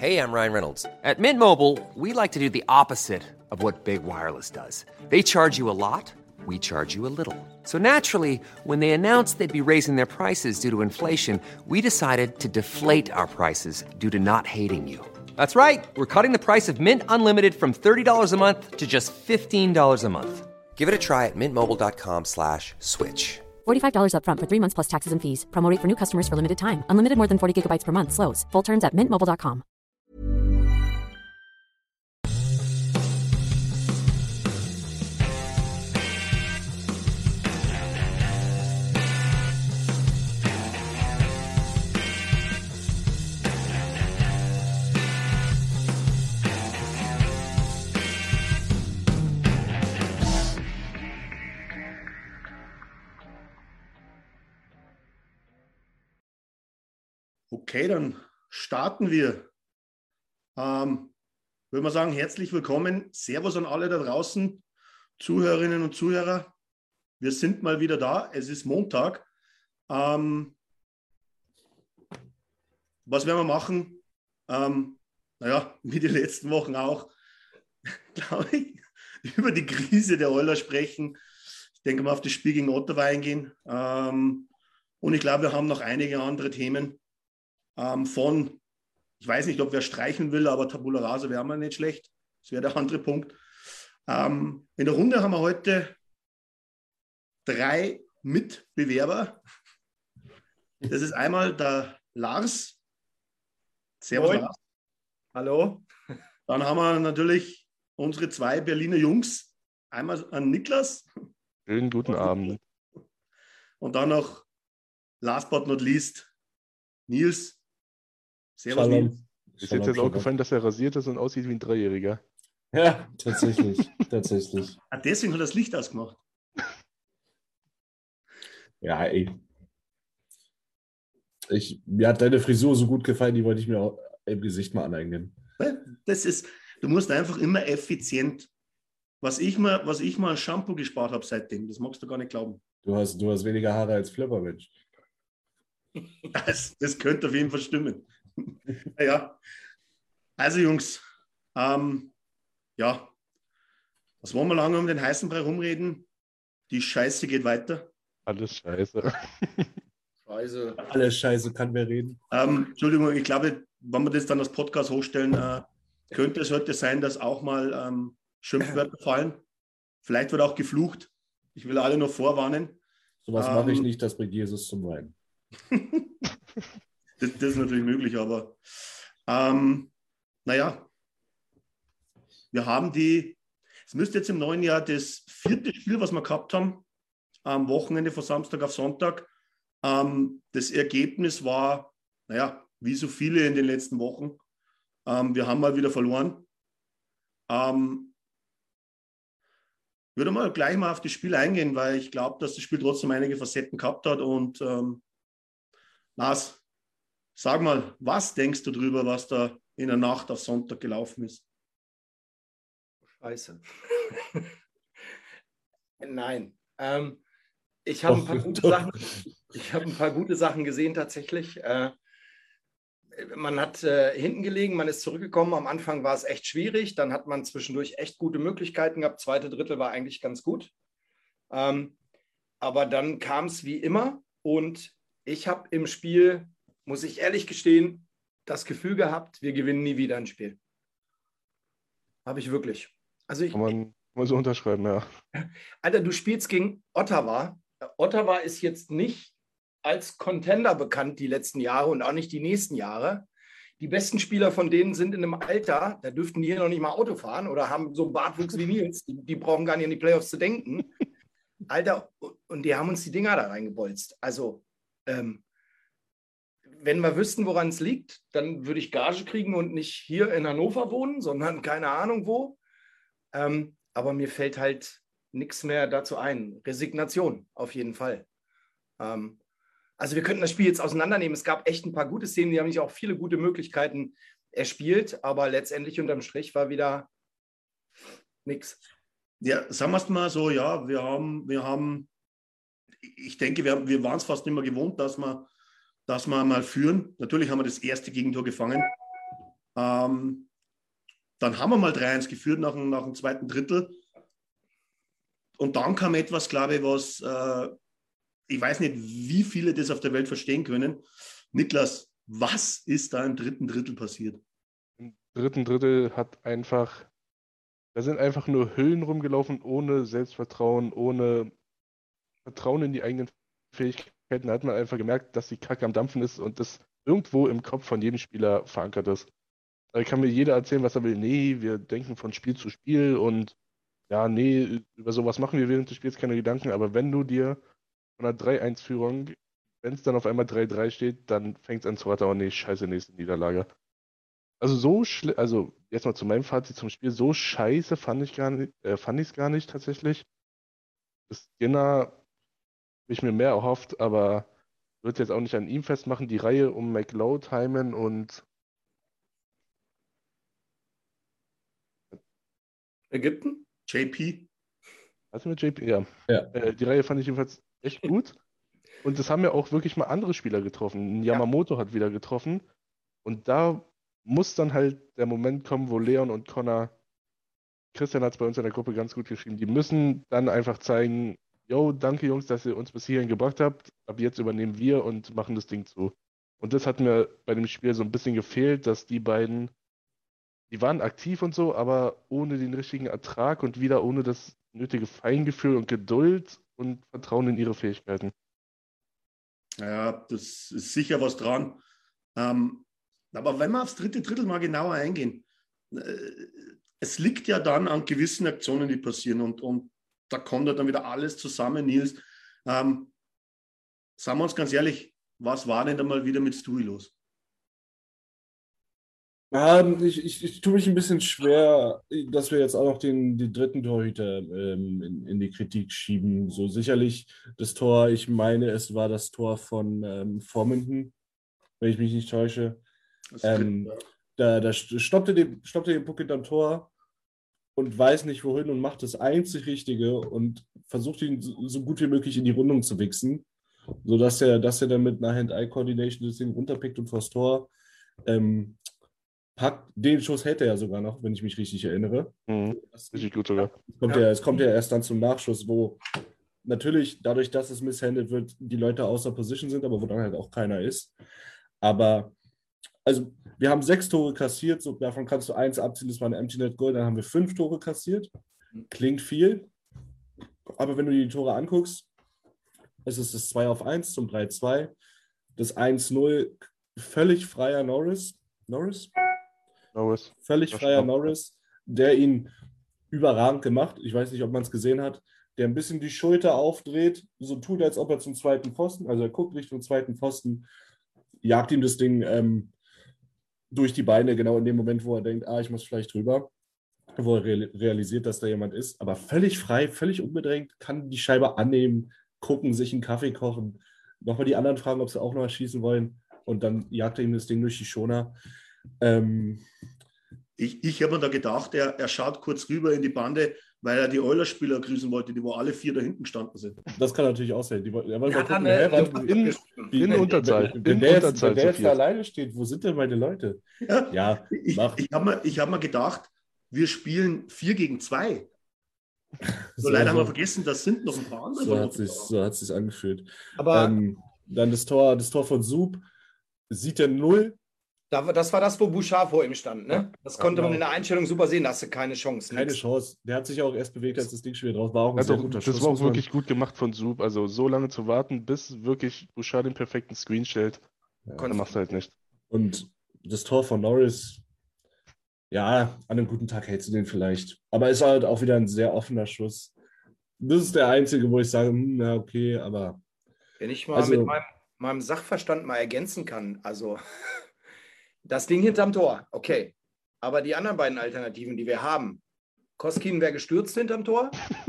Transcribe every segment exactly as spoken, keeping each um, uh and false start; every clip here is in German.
Hey, I'm Ryan Reynolds. At Mint Mobile, we like to do the opposite of what Big Wireless does. They charge you a lot, we charge you a little. So naturally, when they announced they'd be raising their prices due to inflation, we decided to deflate our prices due to not hating you. That's right. We're cutting the price of Mint Unlimited from thirty dollars a month to just fifteen dollars a month. Give it a try at mintmobile.com slash switch. forty-five dollars up front for three months plus taxes and fees. Promo rate for new customers for limited time. Unlimited more than forty gigabytes per month. Slows full terms at mint mobile dot com. Okay, dann starten wir. Ähm, würde man sagen, herzlich willkommen. Servus an alle da draußen, Zuhörerinnen und Zuhörer. Wir sind mal wieder da. Es ist Montag. Ähm, was werden wir machen? Ähm, naja, wie die letzten Wochen auch, glaube ich, über die Krise der Oilers sprechen. Ich denke mal auf das Spiel gegen Ottawa eingehen. Ähm, und ich glaube, wir haben noch einige andere Themen. Ähm, von, ich weiß nicht, ob wer streichen will, aber Tabula Rasa wäre mal nicht schlecht. Das wäre der andere Punkt. Ähm, in der Runde haben wir heute drei Mitbewerber. Das ist einmal der Lars. Servus, Moin. Lars. Hallo. Dann haben wir natürlich unsere zwei Berliner Jungs. Einmal an Niklas. Schönen guten Abend. Und dann noch, last but not least, Nils. Servus, Shalom. Nils. Ist jetzt jetzt aufgefallen, dass er rasiert ist und aussieht wie ein Dreijähriger. Ja, tatsächlich. tatsächlich. Ah, deswegen hat er das Licht ausgemacht. Ja, ey. Ich, mir hat deine Frisur so gut gefallen, die wollte ich mir auch im Gesicht mal aneignen. Das ist, du musst einfach immer effizient. Was ich mal, was ich mal an Shampoo gespart habe seitdem, das magst du gar nicht glauben. Du hast, du hast weniger Haare als Flipper, Mensch. Das, das könnte auf jeden Fall stimmen. Ja. Also Jungs, ähm, ja, was wollen wir lange um den heißen Brei rumreden? Die Scheiße geht weiter. Alles scheiße. Scheiße. Alles Scheiße, kann wer reden. Ähm, Entschuldigung, ich glaube, wenn wir das dann als Podcast hochstellen, äh, könnte es heute sein, dass auch mal ähm, Schimpfwörter fallen. Vielleicht wird auch geflucht. Ich will alle noch vorwarnen. Sowas Ähm, mache ich nicht, das bringt Jesus zum Weinen. das, das ist natürlich möglich, aber ähm, naja, wir haben die, es müsste jetzt im neuen Jahr das vierte Spiel, was wir gehabt haben, am Wochenende von Samstag auf Sonntag. Ähm, das Ergebnis war, naja, wie so viele in den letzten Wochen. Ähm, wir haben mal wieder verloren. Ähm, würde mal gleich mal auf das Spiel eingehen, weil ich glaube, dass das Spiel trotzdem einige Facetten gehabt hat. Und ähm, Lars, sag mal, was denkst du drüber, was da in der Nacht auf Sonntag gelaufen ist? Scheiße. Nein. Ähm, ich habe ein paar Doch, gute doch. Sachen. Ich habe ein paar gute Sachen gesehen tatsächlich. Äh, man hat äh, hinten gelegen, man ist zurückgekommen. Am Anfang war es echt schwierig. Dann hat man zwischendurch echt gute Möglichkeiten gehabt. Zweite Drittel war eigentlich ganz gut. Ähm, aber dann kam es wie immer. Und ich habe im Spiel, muss ich ehrlich gestehen, das Gefühl gehabt, wir gewinnen nie wieder ein Spiel. Habe ich wirklich. Also ich, Kann man, kann man so unterschreiben, ja. Alter, du spielst gegen Ottawa. Ottawa ist jetzt nicht als Contender bekannt die letzten Jahre und auch nicht die nächsten Jahre. Die besten Spieler von denen sind in einem Alter, da dürften die hier noch nicht mal Auto fahren oder haben so einen Bartwuchs wie Nils. Die, die brauchen gar nicht an die Playoffs zu denken. Alter, und die haben uns die Dinger da reingebolzt. Also, ähm, wenn wir wüssten, woran es liegt, dann würde ich Gage kriegen und nicht hier in Hannover wohnen, sondern keine Ahnung wo. Ähm, aber mir fällt halt nichts mehr dazu ein. Resignation, auf jeden Fall. Ähm, also wir könnten das Spiel jetzt auseinandernehmen. Es gab echt ein paar gute Szenen, die haben sich auch viele gute Möglichkeiten erspielt, aber letztendlich unterm Strich war wieder nichts. Ja, sagen wir es mal so, ja, wir haben, wir haben, ich denke, wir, wir waren es fast nicht mehr gewohnt, dass wir, dass wir mal führen. Natürlich haben wir das erste Gegentor gefangen. Ähm, dann haben wir mal drei eins geführt nach dem, nach dem zweiten Drittel. Und dann kam etwas, glaube ich, was, äh, ich weiß nicht, wie viele das auf der Welt verstehen können. Niklas, was ist da im dritten Drittel passiert? Im dritten Drittel hat einfach, da sind einfach nur Hüllen rumgelaufen, ohne Selbstvertrauen, ohne Vertrauen in die eigenen Fähigkeiten. Da hat man einfach gemerkt, dass die Kacke am Dampfen ist und das irgendwo im Kopf von jedem Spieler verankert ist. Da kann mir jeder erzählen, was er will. Nee, wir denken von Spiel zu Spiel und ja, nee, über sowas machen wir während des Spiels keine Gedanken. Aber wenn du dir von einer drei eins Führung, wenn es dann auf einmal drei drei steht, dann fängt es an zu rattern, oh nee, scheiße, nächste Niederlage. Also so schlimm, also jetzt mal zu meinem Fazit zum Spiel, so scheiße fand ich gar nicht, äh, fand ich es gar nicht tatsächlich. Das Skinner habe ich mir mehr erhofft, aber wird jetzt auch nicht an ihm festmachen. Die Reihe um McLeod, Hyman und Ägypten? J P? was mit J P? Ja. Ja. Äh, die Reihe fand ich jedenfalls echt gut. Und es haben ja auch wirklich mal andere Spieler getroffen. Yamamoto hat wieder getroffen. Und da muss dann halt der Moment kommen, wo Leon und Connor, Christian hat es bei uns in der Gruppe ganz gut geschrieben, die müssen dann einfach zeigen, yo, danke Jungs, dass ihr uns bis hierhin gebracht habt. Ab jetzt übernehmen wir und machen das Ding zu. Und das hat mir bei dem Spiel so ein bisschen gefehlt, dass die beiden, die waren aktiv und so, aber ohne den richtigen Ertrag und wieder ohne das nötige Feingefühl und Geduld und Vertrauen in ihre Fähigkeiten. Ja, das ist sicher was dran. Ähm, aber wenn wir aufs dritte Drittel mal genauer eingehen, äh, es liegt ja dann an gewissen Aktionen, die passieren und, und da kommt ja dann wieder alles zusammen, Nils. Ähm, sagen wir uns ganz ehrlich, was war denn da mal wieder mit Stewie los? Ja, ich, ich, ich tue mich ein bisschen schwer, dass wir jetzt auch noch den, den dritten Torhüter ähm, in, in die Kritik schieben. So sicherlich das Tor, ich meine, es war das Tor von ähm, Formenton, wenn ich mich nicht täusche. Ähm, da da stoppte den, stoppte den Puck hinterm Tor und weiß nicht wohin und macht das einzig Richtige und versucht ihn so, so gut wie möglich in die Rundung zu wichsen, sodass er, dass er dann mit einer Hand-Eye-Coordination das Ding runterpickt und vors Tor ähm, packt. Den Schuss hätte er sogar noch, wenn ich mich richtig erinnere. Mhm. Richtig gut sogar. Es kommt, ja. Ja, es kommt ja erst dann zum Nachschuss, wo natürlich dadurch, dass es misshandelt wird, die Leute außer Position sind, aber wo dann halt auch keiner ist. Aber also wir haben sechs Tore kassiert, so, davon kannst du eins abziehen, das war ein Empty Net Goal, dann haben wir fünf Tore kassiert. Klingt viel, aber wenn du dir die Tore anguckst, es ist das zwei auf eins zum drei zwei, das eins null, völlig freier Norris, Norris? Norris. Völlig Das freier stimmt. Norris, der ihn überragend gemacht, ich weiß nicht, ob man es gesehen hat, der ein bisschen die Schulter aufdreht, so tut, als ob er zum zweiten Pfosten, also er guckt Richtung zweiten Pfosten, jagt ihm das Ding ähm, durch die Beine, genau in dem Moment, wo er denkt, ah, ich muss vielleicht drüber, wo er real- realisiert, dass da jemand ist, aber völlig frei, völlig unbedrängt, kann die Scheibe annehmen, gucken, sich einen Kaffee kochen, nochmal die anderen fragen, ob sie auch noch schießen wollen und dann jagt er ihm das Ding durch die Schoner. Ähm, Ich, ich habe mir da gedacht, er, er schaut kurz rüber in die Bande, weil er die Oilers-Spieler grüßen wollte, die wo alle vier da hinten gestanden sind. das kann natürlich auch sein. Die, wollten- er wollte Ja, mal gucken, dann, hä, äh, wann- In, wie- in wenn- Unterzahl. Wenn, wenn In der jetzt, Unterzahl wenn der zu jetzt da viert. alleine steht, wo sind denn meine Leute? Ja, Ja, ich mach. ich habe mir, ich hab mir gedacht, wir spielen vier gegen zwei. So, So, leider haben wir so, vergessen, das sind noch ein paar andere. so von hat uns sich da. so hat sich's angefühlt. Aber Ähm, dann das Tor, das Tor von Sub sieht er null. da, das war das, wo Bouchard vor ihm stand. Ne? Das konnte man genau. in der Einstellung super sehen. Da hast du keine Chance. Keine nix. Chance. Der hat sich auch erst bewegt, als das Ding schon wieder drauf war. Auch ein Also, sehr guter das Schuss. war auch muss man- wirklich gut gemacht von Sub. Also so lange zu warten, bis wirklich Bouchard den perfekten Screen stellt, dann machst du halt nicht. Und das Tor von Norris, ja, an einem guten Tag hältst du den vielleicht. Aber es war halt auch wieder ein sehr offener Schuss. Das ist der einzige, wo ich sage, hm, ja, okay, aber Wenn ich mal Also- mit meinem, meinem Sachverstand mal ergänzen kann, also das Ding hinterm Tor, okay. Aber die anderen beiden Alternativen, die wir haben, Koskin wäre gestürzt hinterm Tor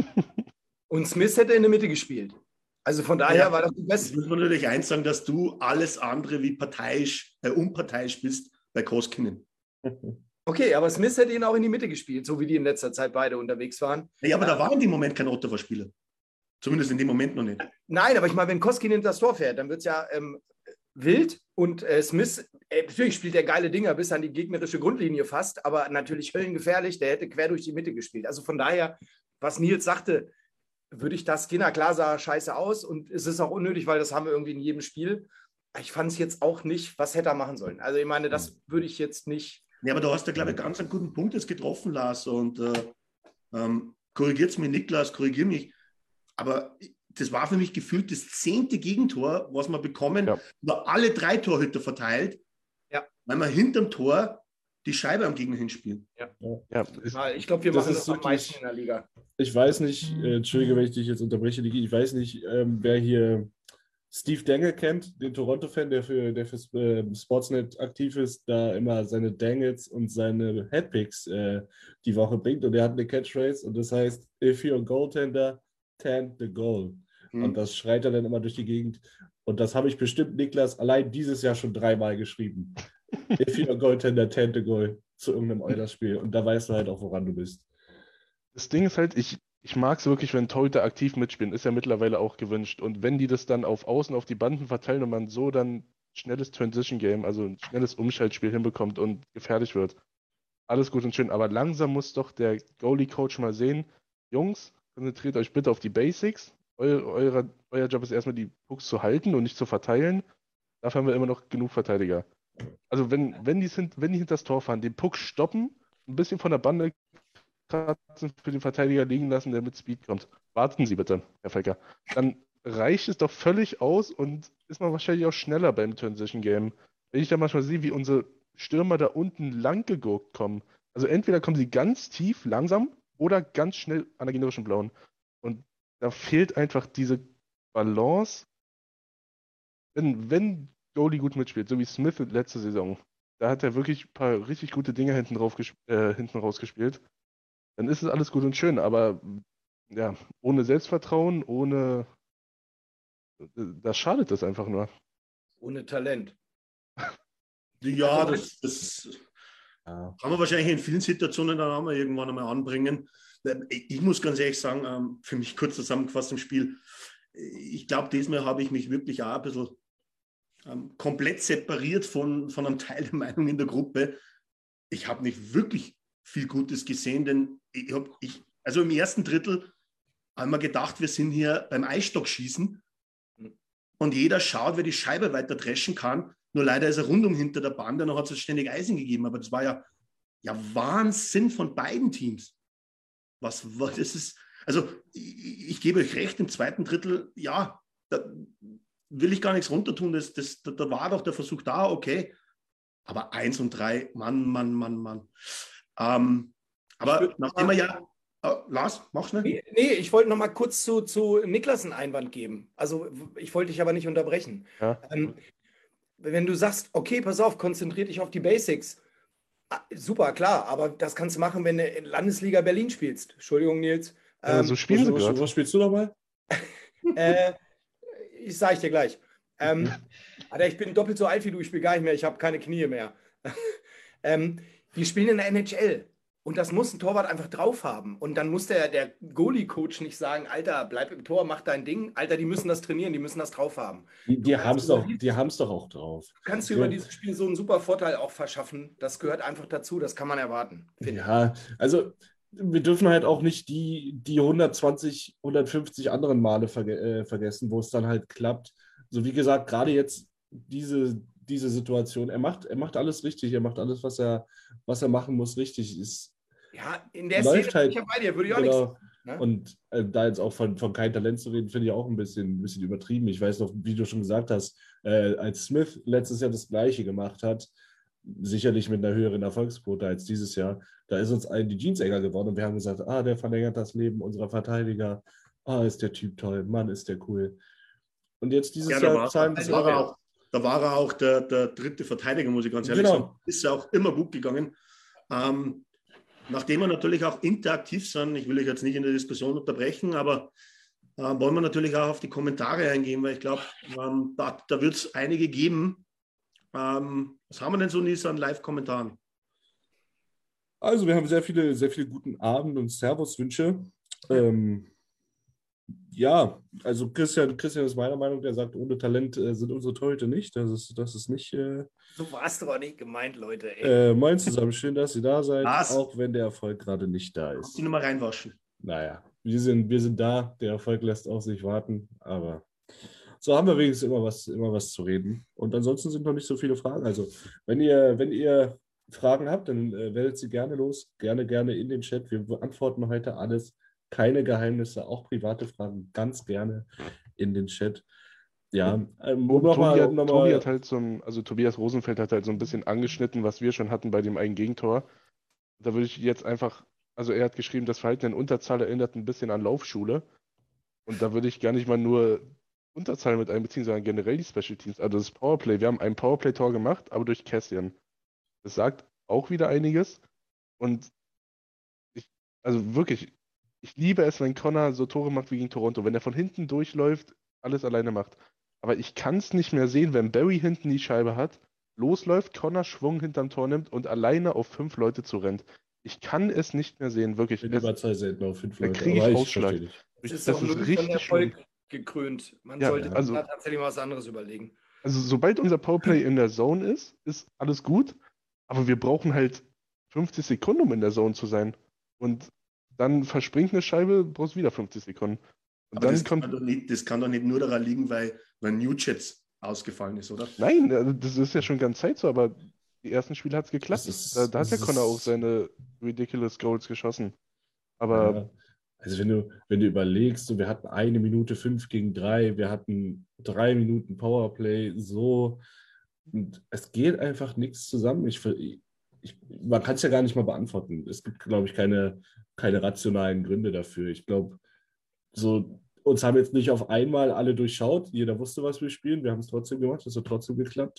und Smith hätte in der Mitte gespielt. Also von daher Ja. war das die Jetzt beste. muss man natürlich eins sagen, dass du alles andere wie parteiisch, äh, unparteiisch bist bei Koskinen. Okay, aber Smith hätte ihn auch in die Mitte gespielt, so wie die in letzter Zeit beide unterwegs waren. Ja, aber da war in dem Moment kein Ottawa-Spieler. Zumindest in dem Moment noch nicht. Nein, aber ich meine, wenn Koskin hinter das Tor fährt, dann wird es ja, ähm, wild und äh, Smith, äh, natürlich spielt er geile Dinger bis an die gegnerische Grundlinie fast, aber natürlich höllengefährlich, der hätte quer durch die Mitte gespielt. Also von daher, was Nils sagte, würde ich das, Gina, klar sah scheiße aus und es ist auch unnötig, weil das haben wir irgendwie in jedem Spiel. Ich fand es jetzt auch nicht, was hätte er machen sollen. Also ich meine, das würde ich jetzt nicht... Ja, aber du hast da, glaube ich, ganz einen guten Punkt jetzt getroffen, Lars, und äh, ähm, korrigiert mich, Niklas, korrigier mich, aber das war für mich gefühlt das zehnte Gegentor, was wir bekommen, Ja. über alle drei Torhüter verteilt, Ja. weil wir hinterm Tor die Scheibe am Gegner hinspielen. Ja, ist, Ich glaube, wir Das machen ist das am wirklich- meisten in der Liga. Ich weiß nicht, äh, Entschuldige, wenn ich dich jetzt unterbreche, Niki, ich weiß nicht, ähm, wer hier Steve Dangle kennt, den Toronto-Fan, der für, der für äh, Sportsnet aktiv ist, da immer seine Dangles und seine Headpicks äh, die Woche bringt. Und er hat eine Catchphrase und das heißt, if you're a goaltender, tend the goal. Hm. Und das schreit er dann immer durch die Gegend. Und das habe ich bestimmt, Niklas, allein dieses Jahr schon dreimal geschrieben. If you're a goaltender, tend the goal zu irgendeinem Oilers-Spiel. Und da weißt du halt auch, woran du bist. das Ding ist halt, ich, ich mag es wirklich, wenn Torhüter aktiv mitspielen, ist ja mittlerweile auch gewünscht. Und wenn die das dann auf Außen, auf die Banden verteilen und man so dann schnelles Transition-Game, also ein schnelles Umschaltspiel hinbekommt und gefährlich wird, alles gut und schön. Aber langsam muss doch der Goalie-Coach mal sehen, Jungs, konzentriert euch bitte auf die Basics. Eu, euer, euer Job ist erstmal, die Pucks zu halten und nicht zu verteilen. Dafür haben wir immer noch genug Verteidiger. Also wenn, wenn, die, sind, wenn die hinter das Tor fahren, den Puck stoppen, ein bisschen von der Bande kratzen, für den Verteidiger liegen lassen, der mit Speed kommt. Warten Sie bitte, Herr Fecker. Dann reicht es doch völlig aus und ist man wahrscheinlich auch schneller beim Transition Game. Wenn ich da manchmal sehe, wie unsere Stürmer da unten lang gegurkt kommen. Also entweder kommen sie ganz tief, langsam oder ganz schnell an der gegnerischen Blauen. Und da fehlt einfach diese Balance. Wenn, wenn Goalie gut mitspielt, so wie Smith letzte Saison, da hat er wirklich ein paar richtig gute Dinge hinten, drauf gesp- äh, hinten rausgespielt, dann ist es alles gut und schön, aber ja, ohne Selbstvertrauen, ohne, das schadet das einfach nur. Ohne Talent. Ja, das, das Ja. kann man wahrscheinlich in vielen Situationen dann auch mal irgendwann einmal anbringen. Ich muss ganz ehrlich sagen, für mich kurz zusammengefasst im Spiel, ich glaube, diesmal habe ich mich wirklich auch ein bisschen komplett separiert von, von einem Teil der Meinung in der Gruppe. Ich habe nicht wirklich viel Gutes gesehen, denn ich habe, ich, also im ersten Drittel haben wir gedacht, wir sind hier beim Eisstockschießen und jeder schaut, wer die Scheibe weiter dreschen kann. Nur leider ist er rundum hinter der Bande, dann hat es ständig Eisen gegeben. Aber das war ja, ja Wahnsinn von beiden Teams. Was war das? Ist, also ich, ich gebe euch recht, im zweiten Drittel, ja, da will ich gar nichts runtertun. Das, das, da, da war doch der Versuch da, okay. Aber eins und drei, Mann, Mann, Mann, Mann. Ähm, aber nachdem wir ja, äh, Lars, mach's nicht. Nee, nee, ich wollte noch mal kurz zu, zu Niklas einen Einwand geben. Also ich wollte dich aber nicht unterbrechen. Ja. Ähm, wenn du sagst, okay, pass auf, konzentrier dich auf die Basics. Ah, super, klar, aber das kannst du machen, wenn du in Landesliga Berlin spielst. Entschuldigung, Nils. Äh, Ähm, so spielen sie Was, was, gerade. was spielst du nochmal? äh, ich sage ich dir gleich. Ähm, Alter, ich bin doppelt so alt wie du, ich spiele gar nicht mehr, ich habe keine Knie mehr. ähm, wir spielen in der N H L und das muss ein Torwart einfach drauf haben. Und dann muss der, der Goalie-Coach nicht sagen, Alter, bleib im Tor, mach dein Ding. Alter, die müssen das trainieren, die müssen das drauf haben. Die, die Du haben es kannst doch, über die haben's doch auch drauf. Du kannst dir Ja. über dieses Spiel so einen super Vorteil auch verschaffen. Das gehört einfach dazu, das kann man erwarten. finde ich. Ja, also wir dürfen halt auch nicht die, die hundertzwanzig, hundertfünfzig anderen Male verge äh, vergessen, wo es dann halt klappt. So wie gesagt, gerade jetzt diese, diese Situation, er macht, er macht alles richtig, er macht alles, was er, was er machen muss, richtig. Ist, Ja, in der Läuft Szene halt, bin ich ja bei dir, würde ich auch genau. nichts sagen. Ne? Und äh, da jetzt auch von, von kein Talent zu reden, finde ich auch ein bisschen, ein bisschen übertrieben. Ich weiß noch, wie du schon gesagt hast, äh, als Smith letztes Jahr das Gleiche gemacht hat, sicherlich mit einer höheren Erfolgsquote als dieses Jahr, da ist uns allen die Jeans enger geworden und wir haben gesagt, ah, der verlängert das Leben unserer Verteidiger, ah, ist der Typ toll, Mann, ist der cool. Und jetzt dieses Ja, da Jahr war, zahlen da sie war er auch, da war er auch der, der dritte Verteidiger, muss ich ganz ehrlich Genau. sagen. Ist ja auch immer gut gegangen. Ähm, nachdem wir natürlich auch interaktiv sind, ich will euch jetzt nicht in der Diskussion unterbrechen, aber äh, wollen wir natürlich auch auf die Kommentare eingehen, weil ich glaube, ähm, da, da wird es einige geben. Ähm, was haben wir denn so, Nils, an Live-Kommentaren? Also wir haben sehr viele, sehr viele guten Abend- und Servus-Wünsche. Ähm, Ja, also Christian, Christian ist meiner Meinung, der sagt, ohne Talent äh, sind unsere Torhüter nicht. Das ist, das ist nicht äh, So war es doch auch nicht gemeint, Leute. Ey. äh, mein zusammen. Schön, dass ihr da seid, Was? auch wenn der Erfolg gerade nicht da Kannst ist. du nochmal reinwaschen? Naja, wir sind, wir sind da. Der Erfolg lässt auf sich warten, aber so haben wir wenigstens immer was, immer was zu reden. Und ansonsten sind noch nicht so viele Fragen. Also, wenn ihr, wenn ihr Fragen habt, dann äh, werdet sie gerne los. Gerne, gerne in den Chat. Wir beantworten heute alles. Keine Geheimnisse, auch private Fragen, ganz gerne in den Chat. Ja, ähm, Und noch Tobi, mal, hat, noch Tobi mal, hat halt so ein, also Tobias Rosenfeld hat halt so ein bisschen angeschnitten, was wir schon hatten bei dem einen Gegentor. Da würde ich jetzt einfach, also er hat geschrieben, das Verhalten in Unterzahl erinnert ein bisschen an Laufschule. Und da würde ich gar nicht mal nur Unterzahl mit einbeziehen, sondern generell die Special Teams. Also das Powerplay. Wir haben ein Powerplay-Tor gemacht, aber durch Cassian. Das sagt auch wieder einiges. Und ich, also wirklich, ich liebe es, wenn Connor so Tore macht wie gegen Toronto. Wenn er von hinten durchläuft, alles alleine macht. Aber ich kann es nicht mehr sehen, wenn Barry hinten die Scheibe hat, losläuft, Connor Schwung hinterm Tor nimmt und alleine auf fünf Leute zu rennt. Ich kann es nicht mehr sehen, wirklich. bin Es, überzeugt selten auf fünf da Leute, kriege aber ich ich Ausschlag. verstehe dich. Es ist Das auch ist null von richtig schlimm. Erfolg gekrönt. Man Ja, sollte also- da tatsächlich mal was anderes überlegen. Also sobald unser Powerplay in der Zone ist, ist alles gut. Aber wir brauchen halt fünfzig Sekunden, um in der Zone zu sein. Und dann verspringt eine Scheibe, brauchst wieder fünfzig Sekunden. Und Aber dann das kann, kommt. doch nicht, das kann doch nicht nur daran liegen, weil, weil Nugent ausgefallen ist, oder? Nein, also das ist ja schon ganz Zeit so, aber die ersten Spiele hat es geklappt. Das ist- Da, da hat der das Connor auch ist- seine ridiculous Goals geschossen. Aber Ja, also wenn du, wenn du überlegst, so wir hatten eine Minute fünf gegen drei, wir hatten drei Minuten Powerplay, so, und es geht einfach nichts zusammen. Ich, ver- ich, man kann es ja gar nicht mal beantworten. Es gibt, glaube ich, keine, keine rationalen Gründe dafür. Ich glaube, so, uns haben jetzt nicht auf einmal alle durchschaut. Jeder wusste, was wir spielen. Wir haben es trotzdem gemacht. Es hat trotzdem geklappt.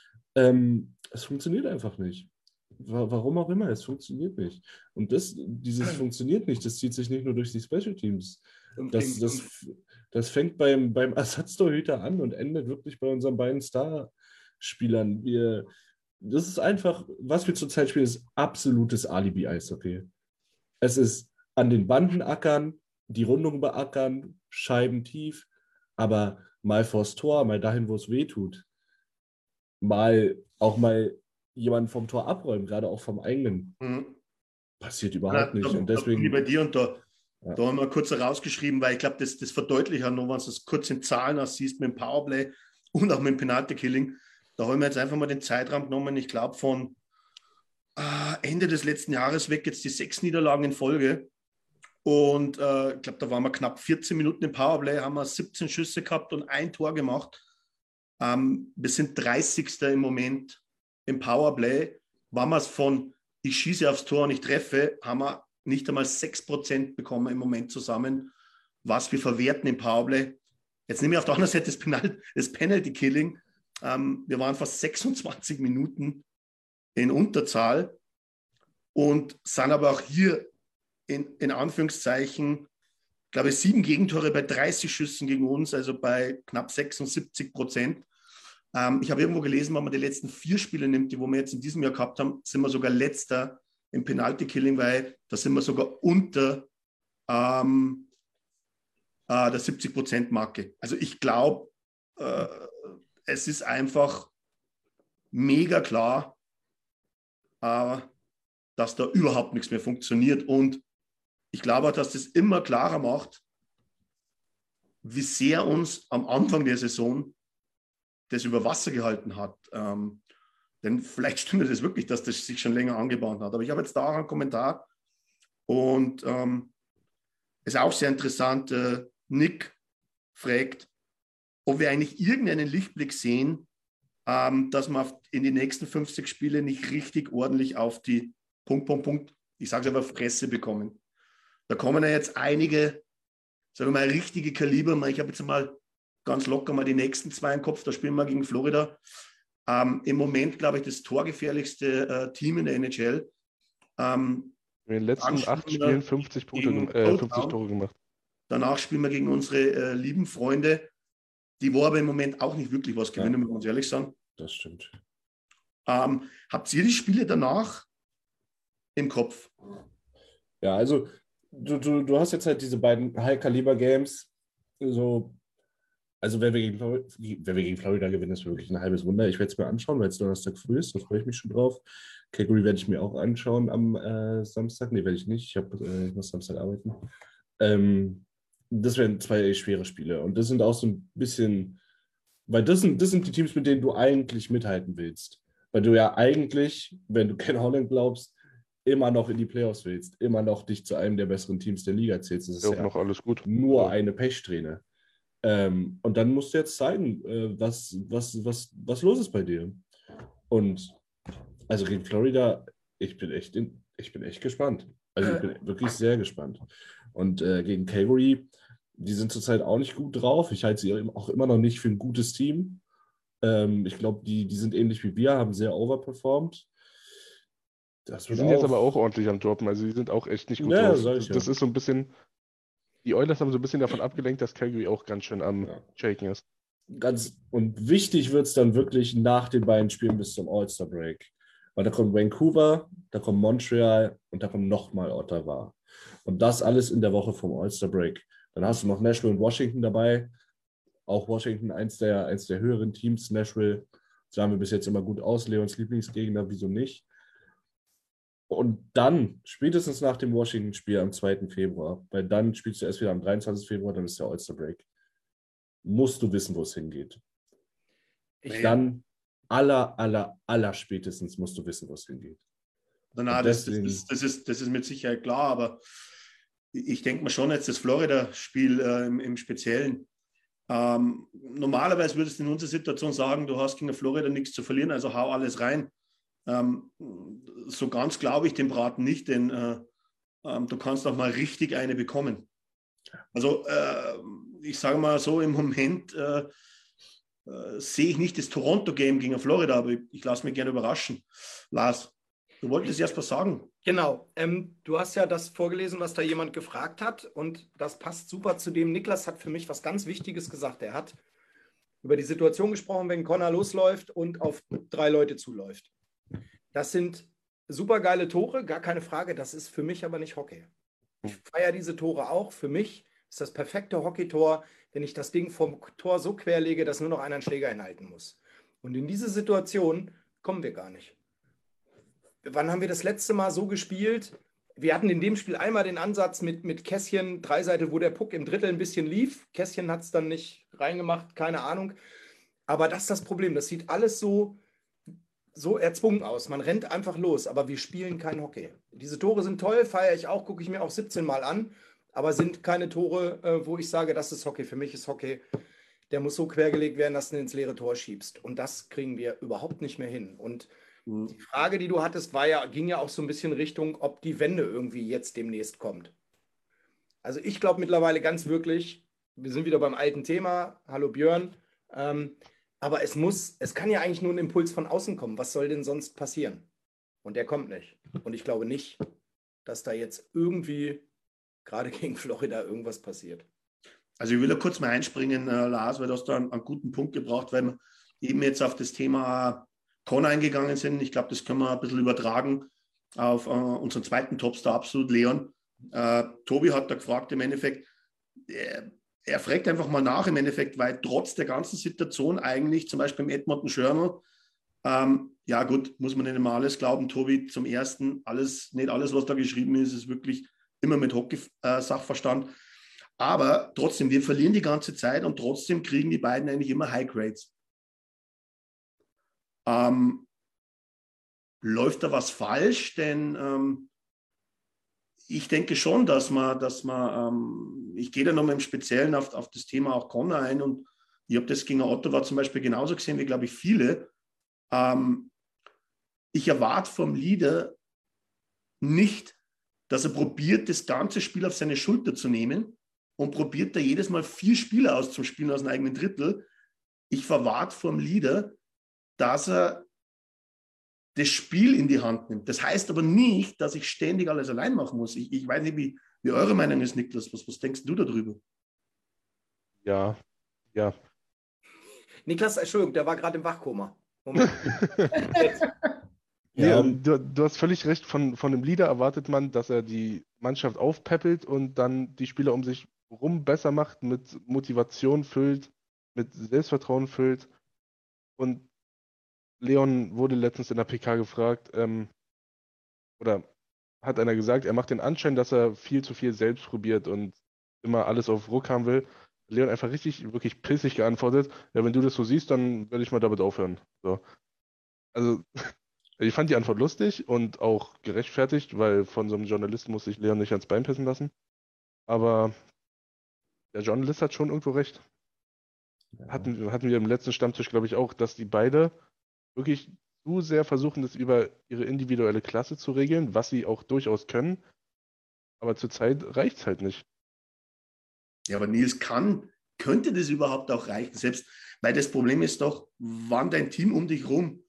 Ähm, es funktioniert einfach nicht. Wa- Warum auch immer, es funktioniert nicht. Und das, dieses funktioniert nicht, das zieht sich nicht nur durch die Special Teams. Fünf Das, gegen das, fünf. das fängt beim, beim Ersatztorhüter an und endet wirklich bei unseren beiden Starspielern. Wir, das ist einfach, was wir zurzeit spielen, ist absolutes Alibi-Eishockey. Es ist an den Banden ackern, die Rundung beackern, Scheiben tief, aber mal vors Tor, mal dahin, wo es weh tut. Mal auch mal jemanden vom Tor abräumen, gerade auch vom eigenen. Mhm. Passiert überhaupt Na, nicht. da, Und da bin ich bei deswegen, dir und da, Ja. da haben wir kurz herausgeschrieben, weil ich glaube, das, das verdeutlicht auch noch, wenn du das kurz in Zahlen aussiehst mit dem Powerplay und auch mit dem Penalty-Killing. Da haben wir jetzt einfach mal den Zeitraum genommen, ich glaube von äh, Ende des letzten Jahres weg, jetzt die sechs Niederlagen in Folge. Und äh, ich glaube, da waren wir knapp vierzehn Minuten im Powerplay, haben wir siebzehn Schüsse gehabt und ein Tor gemacht. Ähm, wir sind dreißigster im Moment im Powerplay. Wenn wir es von ich schieße aufs Tor und ich treffe, haben wir nicht einmal sechs Prozent bekommen im Moment zusammen, was wir verwerten im Powerplay. Jetzt nehme ich auf der anderen Seite das, Penal das Penalty-Killing. Ähm, wir waren fast sechsundzwanzig Minuten in Unterzahl und sind aber auch hier in, in Anführungszeichen, glaube ich, sieben Gegentore bei dreißig Schüssen gegen uns, also bei knapp sechsundsiebzig Prozent. Ähm, ich habe irgendwo gelesen, wenn man die letzten vier Spiele nimmt, die wo wir jetzt in diesem Jahr gehabt haben, sind wir sogar letzter im Penalty-Killing, weil da sind wir sogar unter ähm, äh, der siebzig Prozent-Marke. Also ich glaube, äh, es ist einfach mega klar, äh, dass da überhaupt nichts mehr funktioniert. Und ich glaube auch, dass das immer klarer macht, wie sehr uns am Anfang der Saison das über Wasser gehalten hat. Ähm, denn vielleicht stimmt es wirklich, dass das sich schon länger angebahnt hat. Aber ich habe jetzt da auch einen Kommentar und ähm, ist auch sehr interessant. Äh, Nick fragt, ob wir eigentlich irgendeinen Lichtblick sehen, ähm, dass wir auf, in die nächsten fünfzig Spiele nicht richtig ordentlich auf die Punkt, Punkt, Punkt, ich sage es einfach, Fresse bekommen. Da kommen ja jetzt einige, sagen wir mal, richtige Kaliber. Ich habe jetzt mal ganz locker mal die nächsten zwei im Kopf. Da spielen wir gegen Florida. Ähm, Im Moment, glaube ich, das torgefährlichste äh, Team in der N H L. Ähm, in den letzten acht Spielen fünfzig, Punkte, gegen äh, fünfzig Coachtown. Tore gemacht. Danach spielen wir gegen unsere äh, lieben Freunde, die wo aber im Moment auch nicht wirklich was gewinnen, Ja. wenn wir uns ehrlich sagen. das stimmt. Ähm, habt ihr die Spiele danach im Kopf? Ja, also du, du, du hast jetzt halt diese beiden High-Caliber-Games, so, also wenn wir, gegen, wenn wir gegen Florida gewinnen, ist wirklich ein halbes Wunder. Ich werde es mir anschauen, weil es Donnerstag früh ist, da freue ich mich schon drauf. Calgary werde ich mir auch anschauen am äh, Samstag. Nee, werde ich nicht, ich, hab, äh, ich muss Samstag arbeiten. Ähm, das wären zwei schwere Spiele und das sind auch so ein bisschen, weil das sind, das sind die Teams, mit denen du eigentlich mithalten willst. Weil du ja eigentlich, wenn du Ken Holland glaubst, immer noch in die Playoffs willst, immer noch dich zu einem der besseren Teams der Liga zählst. Das ist Ja, auch ja noch alles gut. nur Ja. eine Pechsträhne. Ähm, und dann musst du jetzt zeigen, äh, was, was, was, was los ist bei dir. Und also gegen Florida, ich bin echt, in, ich bin echt gespannt. Also ich bin wirklich sehr gespannt. Und äh, gegen Calgary, die sind zurzeit auch nicht gut drauf. Ich halte sie auch immer noch nicht für ein gutes Team. Ähm, ich glaube, die, die sind ähnlich wie wir, haben sehr overperformed. Das Die wird sind auch... jetzt aber auch ordentlich am Droppen, also die sind auch echt nicht gut Ja, drauf. sag ich Das, ja. das ist so ein bisschen, die Oilers haben so ein bisschen davon abgelenkt, dass Calgary auch ganz schön am Ja. Shaken ist. Ganz, und wichtig wird es dann wirklich nach den beiden Spielen bis zum All-Star-Break. Weil da kommt Vancouver, da kommt Montreal und da kommt nochmal Ottawa. Und das alles in der Woche vom All-Star-Break. Dann hast du noch Nashville und Washington dabei. Auch Washington, eins der, eins der höheren Teams. Nashville sahen wir bis jetzt immer gut aus. Leons Lieblingsgegner, wieso nicht? Und dann, spätestens nach dem Washington-Spiel am zweiten Februar, weil dann spielst du erst wieder am dreiundzwanzigsten Februar, dann ist der All-Star-Break, musst du wissen, wo es hingeht. Ich, Dann aller, aller, aller spätestens musst du wissen, wo es hingeht. Na, na, das, das, ist, das, ist, das ist mit Sicherheit klar, aber ich denke mal schon jetzt das Florida-Spiel äh, im, im Speziellen. Ähm, normalerweise würdest du in unserer Situation sagen, du hast gegen Florida nichts zu verlieren, also hau alles rein. Ähm, so ganz glaube ich den Braten nicht, denn äh, ähm, du kannst auch mal richtig eine bekommen. Also äh, ich sage mal so, im Moment äh, äh, sehe ich nicht das Toronto-Game gegen Florida, aber ich, ich lasse mich gerne überraschen. Lars, du wolltest erst was sagen. Genau. Ähm, du hast ja das vorgelesen, was da jemand gefragt hat und das passt super zu dem. Niklas hat für mich was ganz Wichtiges gesagt. Er hat über die Situation gesprochen, wenn Connor losläuft und auf drei Leute zuläuft. Das sind super geile Tore, gar keine Frage. Das ist für mich aber nicht Hockey. Ich feiere diese Tore auch. Für mich ist das perfekte Hockeytor, wenn ich das Ding vom Tor so querlege, dass nur noch einer einen Schläger hinhalten muss. Und in diese Situation kommen wir gar nicht. Wann haben wir das letzte Mal so gespielt? Wir hatten in dem Spiel einmal den Ansatz mit, mit Kässchen, Dreiseite, wo der Puck im Drittel ein bisschen lief. Kässchen hat es dann nicht reingemacht, keine Ahnung. Aber das ist das Problem. Das sieht alles so, so erzwungen aus. Man rennt einfach los, aber wir spielen kein Hockey. Diese Tore sind toll, feiere ich auch, gucke ich mir auch siebzehn Mal an, aber sind keine Tore, äh, wo ich sage, das ist Hockey. Für mich ist Hockey, der muss so quergelegt werden, dass du ihn ins leere Tor schiebst. Und das kriegen wir überhaupt nicht mehr hin. Und die Frage, die du hattest, war ja, ging ja auch so ein bisschen Richtung, ob die Wende irgendwie jetzt demnächst kommt. Also ich glaube mittlerweile ganz wirklich, wir sind wieder beim alten Thema, hallo Björn, ähm, aber es muss, es kann ja eigentlich nur ein Impuls von außen kommen. Was soll denn sonst passieren? Und der kommt nicht. Und ich glaube nicht, dass da jetzt irgendwie, gerade gegen Florida, irgendwas passiert. Also ich will da kurz mal einspringen, äh, Lars, weil du hast da einen, einen guten Punkt gebracht, weil wir eben jetzt auf das Thema Con eingegangen sind. Ich glaube, das können wir ein bisschen übertragen auf äh, unseren zweiten Topstar, absolut Leon. Äh, Tobi hat da gefragt im Endeffekt, er, er fragt einfach mal nach im Endeffekt, weil trotz der ganzen Situation eigentlich, zum Beispiel im Edmonton Journal, ähm, ja gut, muss man nicht immer alles glauben, Tobi, zum Ersten, alles, nicht alles, was da geschrieben ist, ist wirklich immer mit Hockey-Sachverstand. Äh, Aber trotzdem, wir verlieren die ganze Zeit und trotzdem kriegen die beiden eigentlich immer High Grades. Ähm, läuft da was falsch? Denn ähm, ich denke schon, dass man, dass man ähm, ich gehe da nochmal im Speziellen auf, auf das Thema auch Connor ein und ich habe das gegen Ottawa zum Beispiel genauso gesehen wie, glaube ich, viele. Ähm, ich erwarte vom Leader nicht, dass er probiert, das ganze Spiel auf seine Schulter zu nehmen und probiert da jedes Mal vier Spieler auszuspielen aus dem eigenen Drittel. Ich erwarte vom Leader, dass er das Spiel in die Hand nimmt. Das heißt aber nicht, dass ich ständig alles allein machen muss. Ich, ich weiß nicht, wie, wie eure Meinung ist, Niklas. Was, was denkst du darüber? Ja, ja. Niklas, Entschuldigung, der war gerade im Wachkoma. Moment. Jetzt. Nee, Ja, ähm, du, du hast völlig recht, von, von dem Leader erwartet man, dass er die Mannschaft aufpäppelt und dann die Spieler um sich rum besser macht, mit Motivation füllt, mit Selbstvertrauen füllt. Und Leon wurde letztens in der P K gefragt, ähm, oder hat einer gesagt, er macht den Anschein, dass er viel zu viel selbst probiert und immer alles auf Ruck haben will. Leon einfach richtig, wirklich pissig geantwortet, ja, wenn du das so siehst, dann werde ich mal damit aufhören. So. Also, ich fand die Antwort lustig und auch gerechtfertigt, weil von so einem Journalisten muss sich Leon nicht ans Bein pissen lassen. Aber der Journalist hat schon irgendwo recht. Hatten, hatten wir im letzten Stammtisch, glaube ich, auch, dass die beide wirklich zu sehr versuchen, das über ihre individuelle Klasse zu regeln, was sie auch durchaus können. Aber zurzeit reicht es halt nicht. Ja, aber Nils, kann, könnte das überhaupt auch reichen? Selbst, weil das Problem ist doch, wann dein Team um dich rum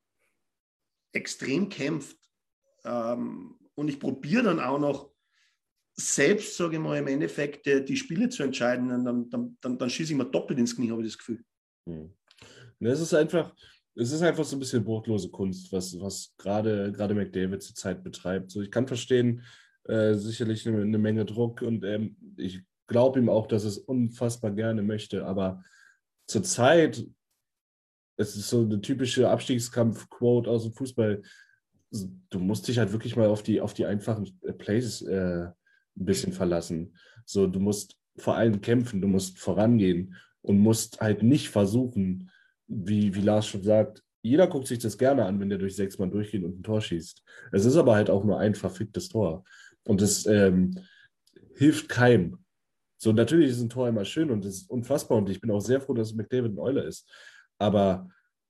extrem kämpft ähm, und ich probiere dann auch noch selbst, sage ich mal, im Endeffekt die, die Spiele zu entscheiden, dann, dann, dann, dann schieße ich mir doppelt ins Knie, habe ich das Gefühl. Hm. Es ist einfach, es ist einfach so ein bisschen brotlose Kunst, was, was gerade, gerade McDavid zurzeit betreibt. So, ich kann verstehen, äh, sicherlich eine, eine Menge Druck und ähm, ich glaube ihm auch, dass es unfassbar gerne möchte, aber zurzeit, es ist so eine typische Abstiegskampf-Quote aus dem Fußball, du musst dich halt wirklich mal auf die, auf die einfachen Plays äh, ein bisschen verlassen. So, du musst vor allem kämpfen, du musst vorangehen und musst halt nicht versuchen, wie, wie Lars schon sagt, jeder guckt sich das gerne an, wenn der durch sechs Mann durchgeht und ein Tor schießt. Es ist aber halt auch nur ein verficktes Tor. Und es ähm, hilft keinem. So, natürlich ist ein Tor immer schön und es ist unfassbar und ich bin auch sehr froh, dass McDavid ein Euler ist. Aber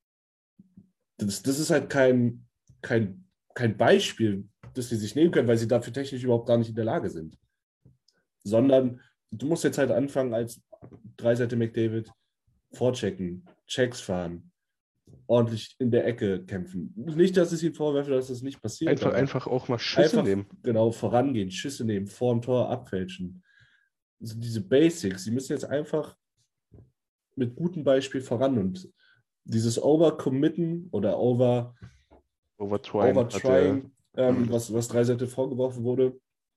das, das ist halt kein, kein, kein Beispiel, das sie sich nehmen können, weil sie dafür technisch überhaupt gar nicht in der Lage sind. Sondern du musst jetzt halt anfangen als Dreiseite McDavid, vorchecken, Checks fahren, ordentlich in der Ecke kämpfen. Nicht, dass ich ihm vorwerfe, dass das nicht passiert. Einfach, einfach auch mal Schüsse einfach, nehmen. Genau, vorangehen, Schüsse nehmen, vor dem Tor abfälschen. Also diese Basics, sie müssen jetzt einfach mit gutem Beispiel voran und dieses Overcommitten oder over Overtrying. Overtrying, ähm, was, was Dreiseite vorgeworfen wurde,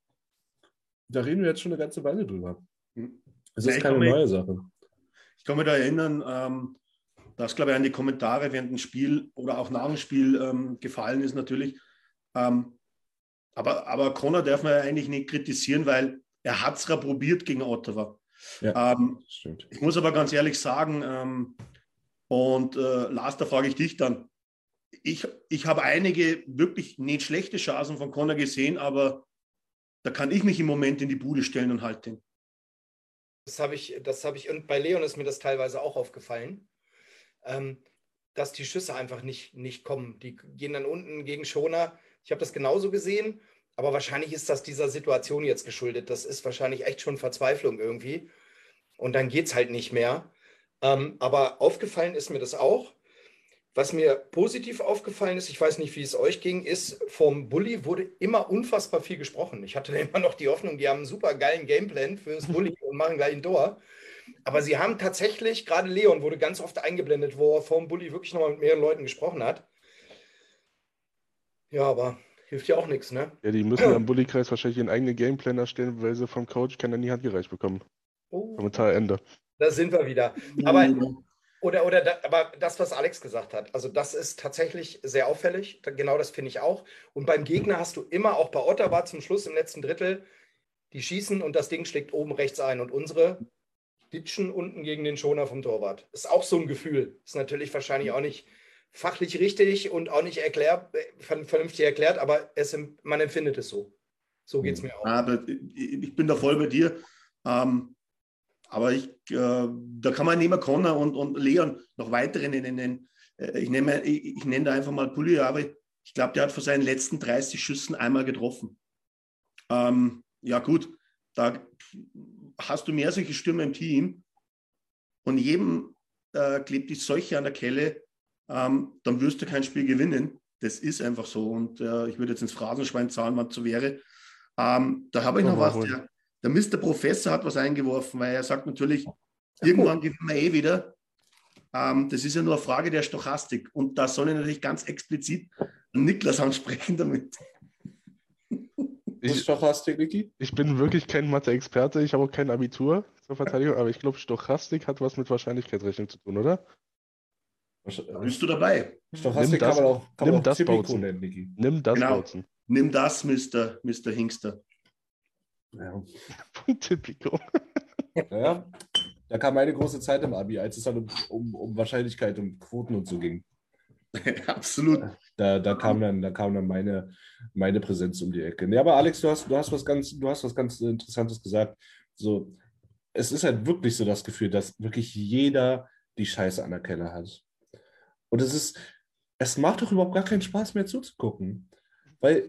da reden wir jetzt schon eine ganze Weile drüber. Es ist Ja, keine mich, neue Sache. Ich kann mich da erinnern, ähm, dass, glaube ich, an die Kommentare während dem Spiel oder auch nach dem Spiel ähm, gefallen ist natürlich. Ähm, aber, aber Connor darf man ja eigentlich nicht kritisieren, weil er hat es ja probiert gegen Ottawa. Ja, ähm, stimmt. Ich muss aber ganz ehrlich sagen, ähm, und äh, Lars, da frage ich dich dann, ich, ich habe einige wirklich nicht schlechte Chancen von Connor gesehen, aber da kann ich mich im Moment in die Bude stellen und halt den. Das habe ich, das habe ich, und bei Leon ist mir das teilweise auch aufgefallen, ähm, dass die Schüsse einfach nicht, nicht kommen. Die gehen dann unten gegen Schoner. Ich habe das genauso gesehen, aber wahrscheinlich ist das dieser Situation jetzt geschuldet. Das ist wahrscheinlich echt schon Verzweiflung irgendwie. Und dann geht es halt nicht mehr. Ähm, aber aufgefallen ist mir das auch. Was mir positiv aufgefallen ist, ich weiß nicht, wie es euch ging, ist, vom Bulli wurde immer unfassbar viel gesprochen. Ich hatte immer noch die Hoffnung, die haben einen super geilen Gameplan fürs Bulli und machen gleich ein Tor. Aber sie haben tatsächlich, gerade Leon wurde ganz oft eingeblendet, wo er vom Bulli wirklich nochmal mit mehreren Leuten gesprochen hat. Ja, aber hilft ja auch nichts, ne? Ja, die müssen am Bulli-Kreis wahrscheinlich ihren eigenen Gameplan erstellen, weil sie vom Coach keiner in die Hand gereicht bekommen. Oh, Kommentar Ende. da sind wir wieder. Aber, oder, oder da, aber das, was Alex gesagt hat, also das ist tatsächlich sehr auffällig. Genau das finde ich auch. Und beim Gegner hast du immer, auch bei Ottawa zum Schluss im letzten Drittel, die schießen und das Ding schlägt oben rechts ein. Und unsere ditchen unten gegen den Schoner vom Torwart. Ist auch so ein Gefühl. Ist natürlich wahrscheinlich auch nicht fachlich richtig und auch nicht erklärt, vernünftig erklärt, aber es, man empfindet es so. So geht es mir auch. Aber ich bin da voll bei dir. Ähm, aber ich, äh, da kann man neben Connor und, und Leon noch weitere nennen. Äh, ich, nehme, ich, ich nenne da einfach mal Pulli, aber ich glaube, der hat von seinen letzten dreißig Schüssen einmal getroffen. Ähm, ja gut, da hast du mehr solche Stürmer im Team und jedem äh, klebt die Seuche an der Kelle, ähm, dann wirst du kein Spiel gewinnen. Das ist einfach so. Und äh, ich würde jetzt ins Phrasenschwein zahlen, was so wäre. Ähm, da habe ich noch was. Der, der Mister Professor hat was eingeworfen, weil er sagt natürlich, irgendwann gewinnen wir eh wieder. Ähm, das ist ja nur eine Frage der Stochastik. Und da soll ich natürlich ganz explizit Niklas ansprechen damit. Ich, Stochastik, Niki? Ich bin wirklich kein Mathe-Experte, ich habe auch kein Abitur zur Verteidigung, aber ich glaube, Stochastik hat was mit Wahrscheinlichkeitsrechnung zu tun, oder? Bist du dabei? Stochastik das, kann man auch, kann nimm man auch das Typico Bautzen. nennen, Niki. Nimm das Genau. Bautzen. Nimm das, Mister Mister Hingster. Ja. Typico. Ja, da kam meine große Zeit im Abi, als es dann um, um, um Wahrscheinlichkeit und Quoten und so ging. Absolut. Da, da kam dann, da kam dann meine, meine Präsenz um die Ecke. Nee, aber Alex, du hast, du hast was ganz, du hast was ganz Interessantes gesagt. So, es ist halt wirklich so das Gefühl, dass wirklich jeder die Scheiße an der Kelle hat. Und es ist, es macht doch überhaupt gar keinen Spaß mehr zuzugucken. Weil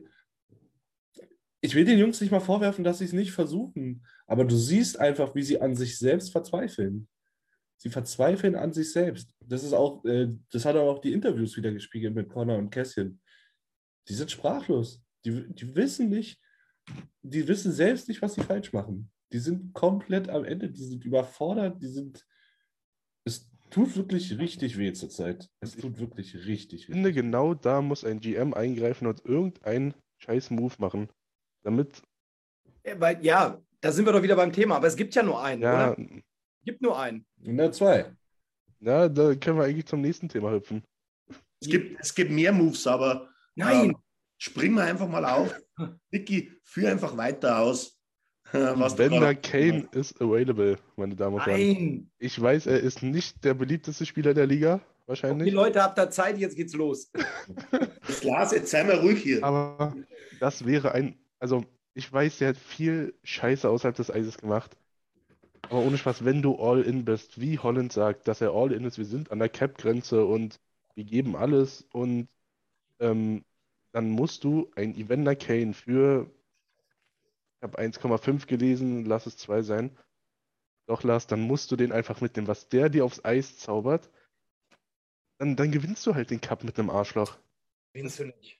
ich will den Jungs nicht mal vorwerfen, dass sie es nicht versuchen, aber du siehst einfach, wie sie an sich selbst verzweifeln. Sie verzweifeln an sich selbst. Das ist auch, äh, das hat auch die Interviews wieder gespiegelt mit Connor und Kässchen. Die sind sprachlos. Die, die wissen nicht, die wissen selbst nicht, was sie falsch machen. Die sind komplett am Ende, die sind überfordert, die sind, es tut wirklich richtig weh zurzeit. Es tut wirklich richtig, Ich finde, richtig. genau da muss ein G M eingreifen und irgendeinen scheiß Move machen, damit, Ja, weil, ja, da sind wir doch wieder beim Thema, aber es gibt ja nur einen, ja, oder? Es gibt nur einen. Na, zwei. ja, da können wir eigentlich zum nächsten Thema hüpfen. Es gibt, es gibt mehr Moves, aber Nein! ähm, springen wir einfach mal auf. Niki, führ einfach weiter aus. äh, Was du Evander gerade- Kane ist available, meine Damen und Herren. Nein! Ich weiß, er ist nicht der beliebteste Spieler der Liga, Okay, wahrscheinlich. Leute, habt ihr Zeit, jetzt geht's los. Das Glas, jetzt sei mal ruhig hier. Aber das wäre ein, also ich weiß, der hat viel Scheiße außerhalb des Eises gemacht. Aber ohne Spaß, wenn du All-In bist, wie Holland sagt, dass er All-In ist, wir sind an der Cap-Grenze und wir geben alles und ähm, dann musst du ein Evander Kane für, ich habe eins Komma fünf gelesen, lass es zwei sein. Doch, Lars, dann musst du den einfach mitnehmen, was der dir aufs Eis zaubert. Dann, dann gewinnst du halt den Cup mit einem Arschloch. Gewinnst du nicht.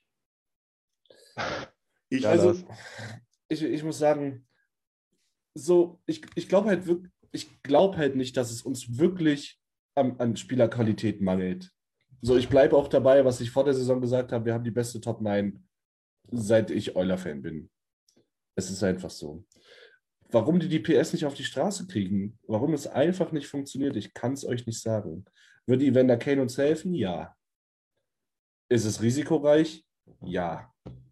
Ich, Ja, Also, Lars. ich, ich muss sagen, so, ich, ich glaube halt wirklich, ich glaube halt nicht, dass es uns wirklich an, an Spielerqualität mangelt. So, ich bleibe auch dabei, was ich vor der Saison gesagt habe, wir haben die beste Top neun, seit ich Euler-Fan bin. Es ist einfach so. Warum die die P S nicht auf die Straße kriegen, warum es einfach nicht funktioniert, ich kann es euch nicht sagen. Würde Evander Kane uns helfen? Ja. Ist es risikoreich? Ja.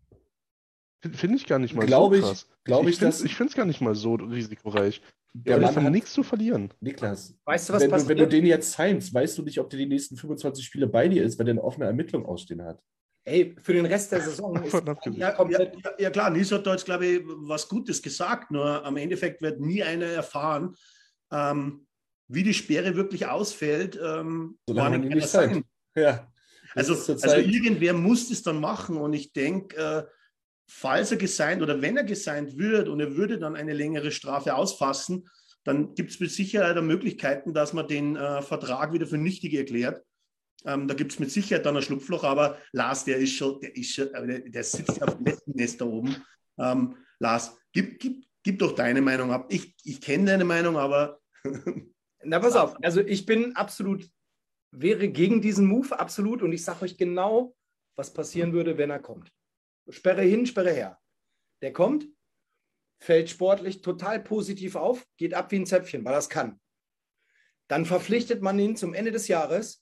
Finde ich gar nicht mal Glaube so ich- krass. glaube ich, ich finde dass- es gar nicht mal so risikoreich. Der Ja, Mann wir haben hat- nichts zu verlieren. Niklas, Weißt du, was wenn, du, passiert? wenn du den jetzt signst, weißt du nicht, ob der die nächsten fünfundzwanzig Spiele bei dir ist, weil der eine offene Ermittlung ausstehen hat. Ey, für den Rest der Saison ist Davon abgesehen. ja ja, komplett. ja, ja klar, Nils hat da jetzt, glaube ich, was Gutes gesagt, nur am Endeffekt wird nie einer erfahren, ähm, wie die Sperre wirklich ausfällt. Ähm, Solange wann man ihn kann nicht das sein? zeigt. Ja. Das Also, ist zur also Zeit- irgendwer muss das dann machen und ich denke, äh, falls er gesigned oder wenn er gesigned wird und er würde dann eine längere Strafe ausfassen, dann gibt es mit Sicherheit Möglichkeiten, dass man den äh, Vertrag wieder für nichtig erklärt. Ähm, da gibt es mit Sicherheit dann ein Schlupfloch, aber Lars, der ist schon, der ist schon, der, der sitzt auf dem letzten Nest da oben. Ähm, Lars, gib, gib, gib doch deine Meinung ab. Ich, ich kenne deine Meinung, aber Na, pass auf. Also, ich bin absolut, wäre gegen diesen Move, absolut. Und ich sage euch genau, was passieren würde, wenn er kommt. Sperre hin, Sperre her. Der kommt, fällt sportlich total positiv auf, geht ab wie ein Zäpfchen, weil er es kann. Dann verpflichtet man ihn zum Ende des Jahres,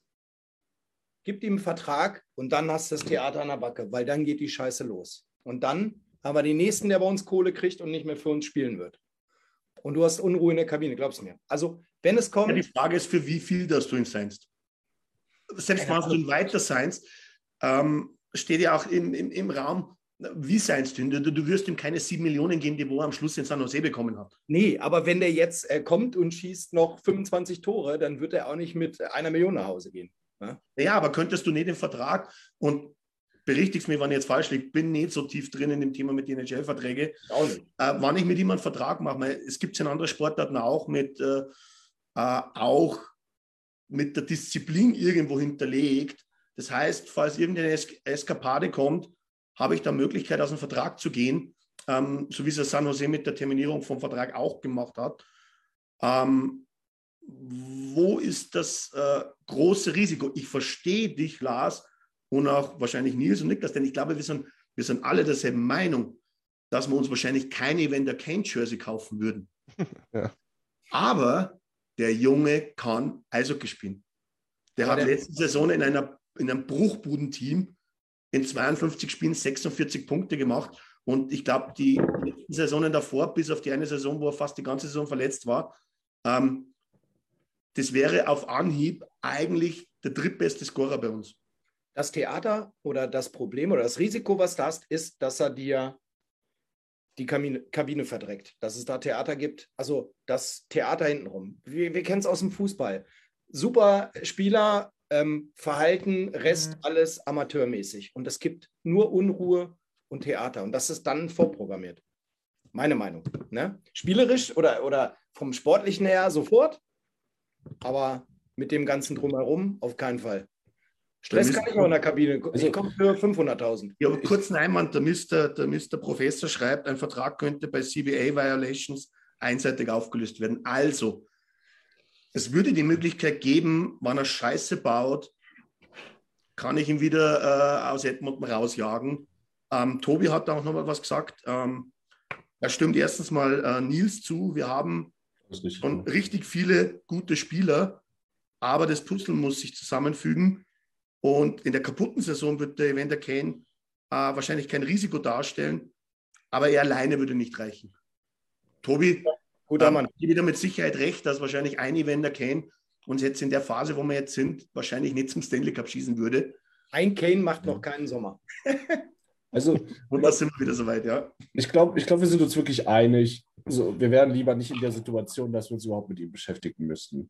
gibt ihm einen Vertrag und dann hast du das Theater an der Backe, weil dann geht die Scheiße los. Und dann haben wir den nächsten, der bei uns Kohle kriegt und nicht mehr für uns spielen wird. Und du hast Unruhe in der Kabine, glaubst du mir. Also, wenn es kommt. ja, die Frage ist, für wie viel dass du ihn seinst. Selbst wenn du ihn weiter seinst, ähm, steht ja auch im, im, im Raum, wie seinst du ihn? Du, du wirst ihm keine sieben Millionen geben, die wo er am Schluss in San Jose bekommen hat. Nee, aber wenn der jetzt äh, kommt und schießt noch fünfundzwanzig Tore, dann wird er auch nicht mit einer Million nach Hause gehen. Ne? Ja, aber könntest du nicht den Vertrag und berichtigst mir, wenn ich jetzt falsch liege, bin nicht so tief drin in dem Thema mit den N H L-Verträgen, Auch nicht. äh, wann ich mit ihm einen Vertrag mache, weil es gibt es in anderen Sportarten auch mit, äh, äh, auch mit der Disziplin irgendwo hinterlegt. Das heißt, falls irgendeine es Eskapade kommt, habe ich da Möglichkeit, aus dem Vertrag zu gehen, ähm, so wie es San Jose mit der Terminierung vom Vertrag auch gemacht hat. Ähm, wo ist das äh, große Risiko? Ich verstehe dich, Lars, und auch wahrscheinlich Nils und Niklas, denn ich glaube, wir sind, wir sind alle derselben Meinung, dass wir uns wahrscheinlich kein Evander Kane-Jersey kaufen würden. Ja. Aber der Junge kann Eishockey spielen. Der Ja, hat der- letzte Saison in, einer, in einem Bruchbudenteam in zweiundfünfzig Spielen sechsundvierzig Punkte gemacht. Und ich glaube, die letzten Saisonen davor, bis auf die eine Saison, wo er fast die ganze Saison verletzt war, ähm, das wäre auf Anhieb eigentlich der drittbeste Scorer bei uns. Das Theater oder das Problem oder das Risiko, was da ist, ist, dass er dir die Kabine, Kabine verdreckt, dass es da Theater gibt. Also das Theater hintenrum. Wir, wir kennen es aus dem Fußball. Super Spieler, ähm, Verhalten, Rest, alles amateurmäßig. Und es gibt nur Unruhe und Theater. Und das ist dann vorprogrammiert. Meine Meinung. Ne? Spielerisch oder, oder vom Sportlichen her sofort, aber mit dem Ganzen drumherum auf keinen Fall. Stress kann ich auch in der Kabine. Ich komme für fünfhunderttausend. Ja, aber kurzen Einwand, der Mister der Mister Professor schreibt, ein Vertrag könnte bei C B A-Violations einseitig aufgelöst werden. Also, es würde die Möglichkeit geben, wenn er Scheiße baut, kann ich ihn wieder äh, aus Edmonton rausjagen. Ähm, Tobi hat da auch noch mal was gesagt. Ähm, er stimmt erstens mal äh, Nils zu. Wir haben schon richtig viele gute Spieler, aber das Puzzle muss sich zusammenfügen. Und in der kaputten Saison wird der Evander Kane äh, wahrscheinlich kein Risiko darstellen, aber er alleine würde nicht reichen. Tobi, Guter ähm, Mann. ich gebe dir mit Sicherheit recht, dass wahrscheinlich ein Evander Kane uns jetzt in der Phase, wo wir jetzt sind, wahrscheinlich nicht zum Stanley Cup schießen würde. Ein Kane macht noch keinen Sommer. Also, Und da sind wir wieder soweit, ja. ich glaube, ich glaub, wir sind uns wirklich einig. So, wir wären lieber nicht in der Situation, dass wir uns überhaupt mit ihm beschäftigen müssten.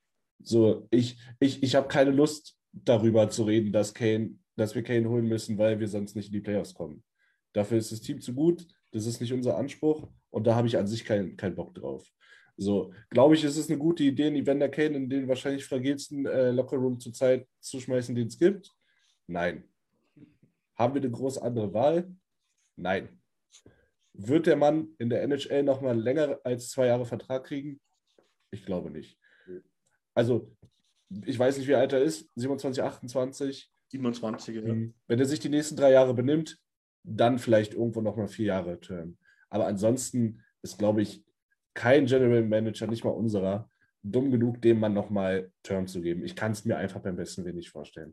So, ich, ich, ich habe keine Lust, darüber zu reden, dass, Kane, dass wir Kane holen müssen, weil wir sonst nicht in die Playoffs kommen. Dafür ist das Team zu gut, das ist nicht unser Anspruch und da habe ich an sich keinen kein Bock drauf. So, glaube ich, ist es eine gute Idee, einen Evander Kane in den wahrscheinlich fragilsten äh, Lockerroom zur Zeit zu schmeißen, den es gibt? Nein. Haben wir eine groß andere Wahl? Nein. Wird der Mann in der N H L nochmal länger als zwei Jahre Vertrag kriegen? Ich glaube nicht. Also, ich weiß nicht, wie alt er ist, siebenundzwanzig, achtundzwanzig. siebenundzwanzig, ja. Wenn er sich die nächsten drei Jahre benimmt, dann vielleicht irgendwo nochmal vier Jahre Term. Aber ansonsten ist, glaube ich, kein General Manager, nicht mal unserer, dumm genug, dem Mann nochmal Term zu geben. Ich kann es mir einfach beim besten Willen nicht vorstellen.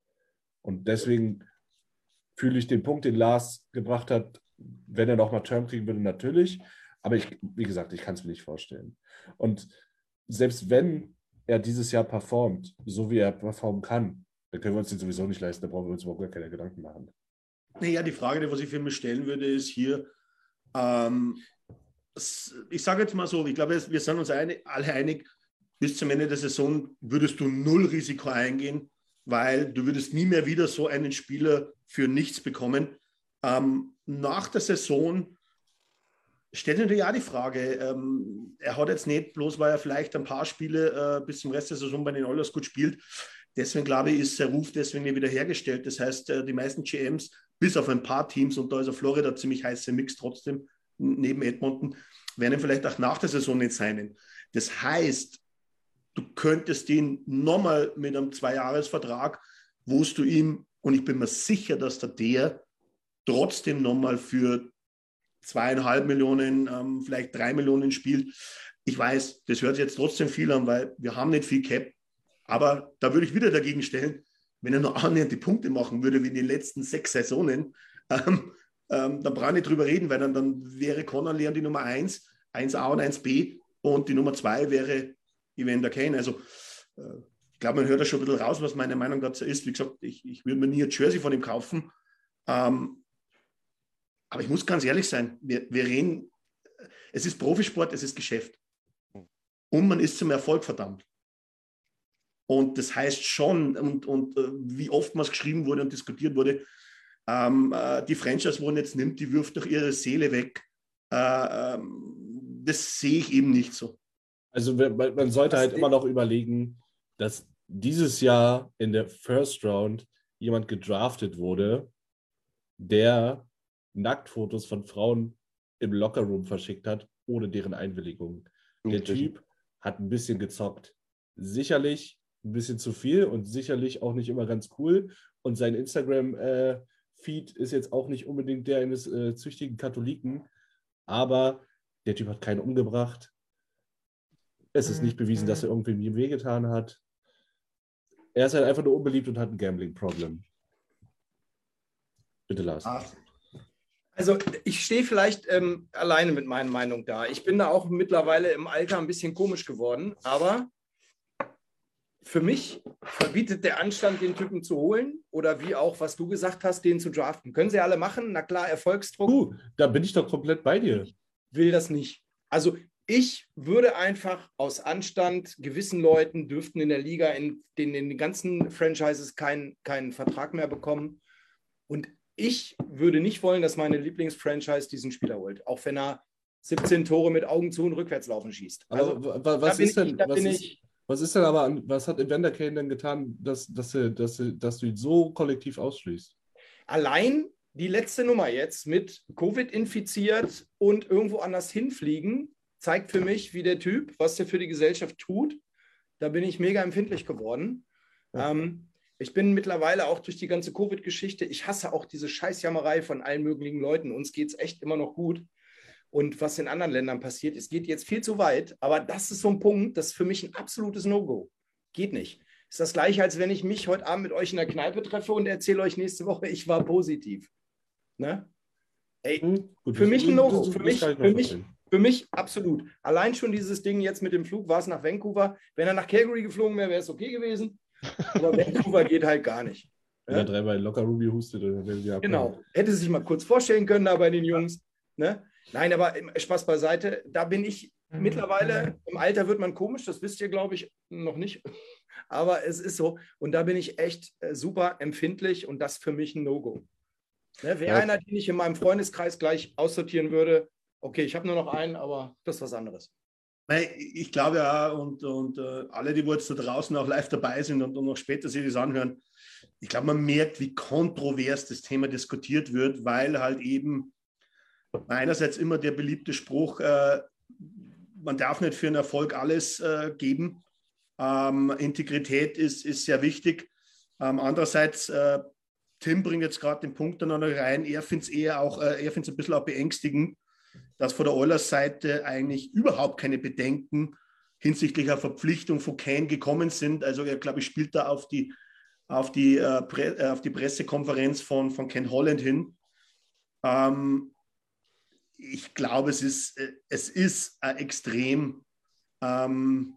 Und deswegen fühle ich den Punkt, den Lars gebracht hat, wenn er nochmal Term kriegen würde, natürlich. Aber ich, wie gesagt, ich kann es mir nicht vorstellen. Und selbst wenn er dieses Jahr performt, so wie er performen kann, dann können wir uns den sowieso nicht leisten, da brauchen wir uns überhaupt gar keine Gedanken machen. Naja, die Frage, die was ich für mich stellen würde, ist hier, ähm, ich sage jetzt mal so, ich glaube, wir sind uns eine, alle einig, bis zum Ende der Saison würdest du null Risiko eingehen, weil du würdest nie mehr wieder so einen Spieler für nichts bekommen. Ähm, nach der Saison stellt natürlich auch die Frage, ähm, er hat jetzt nicht, bloß weil er vielleicht ein paar Spiele äh, bis zum Rest der Saison bei den Oilers gut spielt, deswegen glaube ich, ist der Ruf deswegen nicht wiederhergestellt. Das heißt, äh, die meisten G Ms, bis auf ein paar Teams, und da ist er Florida ziemlich heißer Mix trotzdem, neben Edmonton, werden ihn vielleicht auch nach der Saison nicht sein. Das heißt, du könntest ihn nochmal mit einem Zweijahresvertrag, wo du ihm, und ich bin mir sicher, dass der der trotzdem nochmal für zweieinhalb Millionen, ähm, vielleicht drei Millionen spielt. Ich weiß, das hört sich jetzt trotzdem viel an, weil wir haben nicht viel Cap, aber da würde ich wieder dagegen stellen, wenn er nur annähernd die Punkte machen würde wie in den letzten sechs Saisonen, ähm, ähm, dann brauche ich nicht drüber reden, weil dann, dann wäre Connolly an die Nummer eins, eins A und eins B und die Nummer zwei wäre Evander Kane. Also äh, ich glaube, man hört da schon ein bisschen raus, was meine Meinung dazu ist. Wie gesagt, ich, ich würde mir nie ein Jersey von ihm kaufen. Ähm, aber ich muss ganz ehrlich sein, wir, wir reden, es ist Profisport, es ist Geschäft. Und man ist zum Erfolg verdammt. Und das heißt schon, und, und äh, wie oftmals geschrieben wurde und diskutiert wurde, ähm, äh, die Franchise, wo man jetzt nimmt, die wirft doch ihre Seele weg. Äh, ähm, das sehe ich eben nicht so. Also man, man sollte Was halt denn? immer noch überlegen, dass dieses Jahr in der First Round jemand gedraftet wurde, der Nacktfotos von Frauen im Lockerroom verschickt hat, ohne deren Einwilligung. Der Typ hat ein bisschen gezockt. Sicherlich ein bisschen zu viel und sicherlich auch nicht immer ganz cool. Und sein Instagram-Feed äh, ist jetzt auch nicht unbedingt der eines äh, züchtigen Katholiken, aber der Typ hat keinen umgebracht. Es ist nicht bewiesen, dass er irgendwie wehgetan hat. Er ist halt einfach nur unbeliebt und hat ein Gambling-Problem. Bitte, Lars. Ach, Also ich stehe vielleicht ähm, alleine mit meinen Meinungen da. Ich bin da auch mittlerweile im Alter ein bisschen komisch geworden, aber für mich verbietet der Anstand, den Typen zu holen oder wie auch, was du gesagt hast, den zu draften. Können sie alle machen, na klar, Erfolgsdruck. Uh, da bin ich doch komplett bei dir. Ich will das nicht. Also ich würde einfach aus Anstand, gewissen Leuten dürften in der Liga, in den, in den ganzen Franchises keinen keinen Vertrag mehr bekommen. Und ich würde nicht wollen, dass meine Lieblingsfranchise diesen Spieler holt, auch wenn er siebzehn Tore mit Augen zu und rückwärts laufen schießt. Aber Also, wa- wa- da was bin ist denn, ich- da was bin ist, ich- was ist denn aber, an, was hat Evander Kane denn getan, dass, dass, er- dass, er- dass du ihn so kollektiv ausschließt? Allein die letzte Nummer jetzt mit Covid infiziert und irgendwo anders hinfliegen, zeigt für mich, wie der Typ, was der für die Gesellschaft tut. Da bin ich mega empfindlich geworden. Ja. Ähm, ich bin mittlerweile auch durch die ganze Covid-Geschichte, ich hasse auch diese Scheißjammerei von allen möglichen Leuten. Uns geht es echt immer noch gut. Und was in anderen Ländern passiert, es geht jetzt viel zu weit. Aber das ist so ein Punkt, das ist für mich ein absolutes No-Go. Geht nicht. Ist das gleiche, als wenn ich mich heute Abend mit euch in der Kneipe treffe und erzähle euch nächste Woche, ich war positiv. Ne? Ey, Hm, gut, für das- mich ein das- No-Go. das Für kann mich, ich noch für mich, verstehen. für mich absolut. Allein schon dieses Ding jetzt mit dem Flug, war es nach Vancouver. Wenn er nach Calgary geflogen wäre, wäre es okay gewesen. Aber Vancouver geht halt gar nicht. Wenn er Ja? dreimal locker Ruby hustet, dann werden sie abgehauen. Genau. Hätte sich mal kurz vorstellen können da bei den Jungs. Ne? Nein, aber im- Spaß beiseite. Da bin ich mittlerweile, im Alter wird man komisch, das wisst ihr, glaube ich, noch nicht. Aber es ist so. Und da bin ich echt äh, super empfindlich und das für mich ein No-Go. Ne? Wäre Ja. einer, den ich in meinem Freundeskreis gleich aussortieren würde, okay, ich habe nur noch einen, aber das ist was anderes. Weil ich glaube ja, und, und äh, alle, die wo jetzt da draußen auch live dabei sind und, und noch später sich das anhören, ich glaube, man merkt, wie kontrovers das Thema diskutiert wird, weil halt eben einerseits immer der beliebte Spruch, äh, man darf nicht für einen Erfolg alles äh, geben. Ähm, Integrität ist, ist sehr wichtig. Ähm, andererseits, äh, Tim bringt jetzt gerade den Punkt dann noch rein, er findet es eher auch, äh, er findet es ein bisschen auch beängstigend, dass von der Oilers-Seite eigentlich überhaupt keine Bedenken hinsichtlich einer Verpflichtung von Kane gekommen sind. Also er, glaube ich, spielt da auf die, auf die, äh, Pre, äh, auf die Pressekonferenz von, von Ken Holland hin. Ähm, ich glaube, es ist, äh, es ist ein extrem, ähm,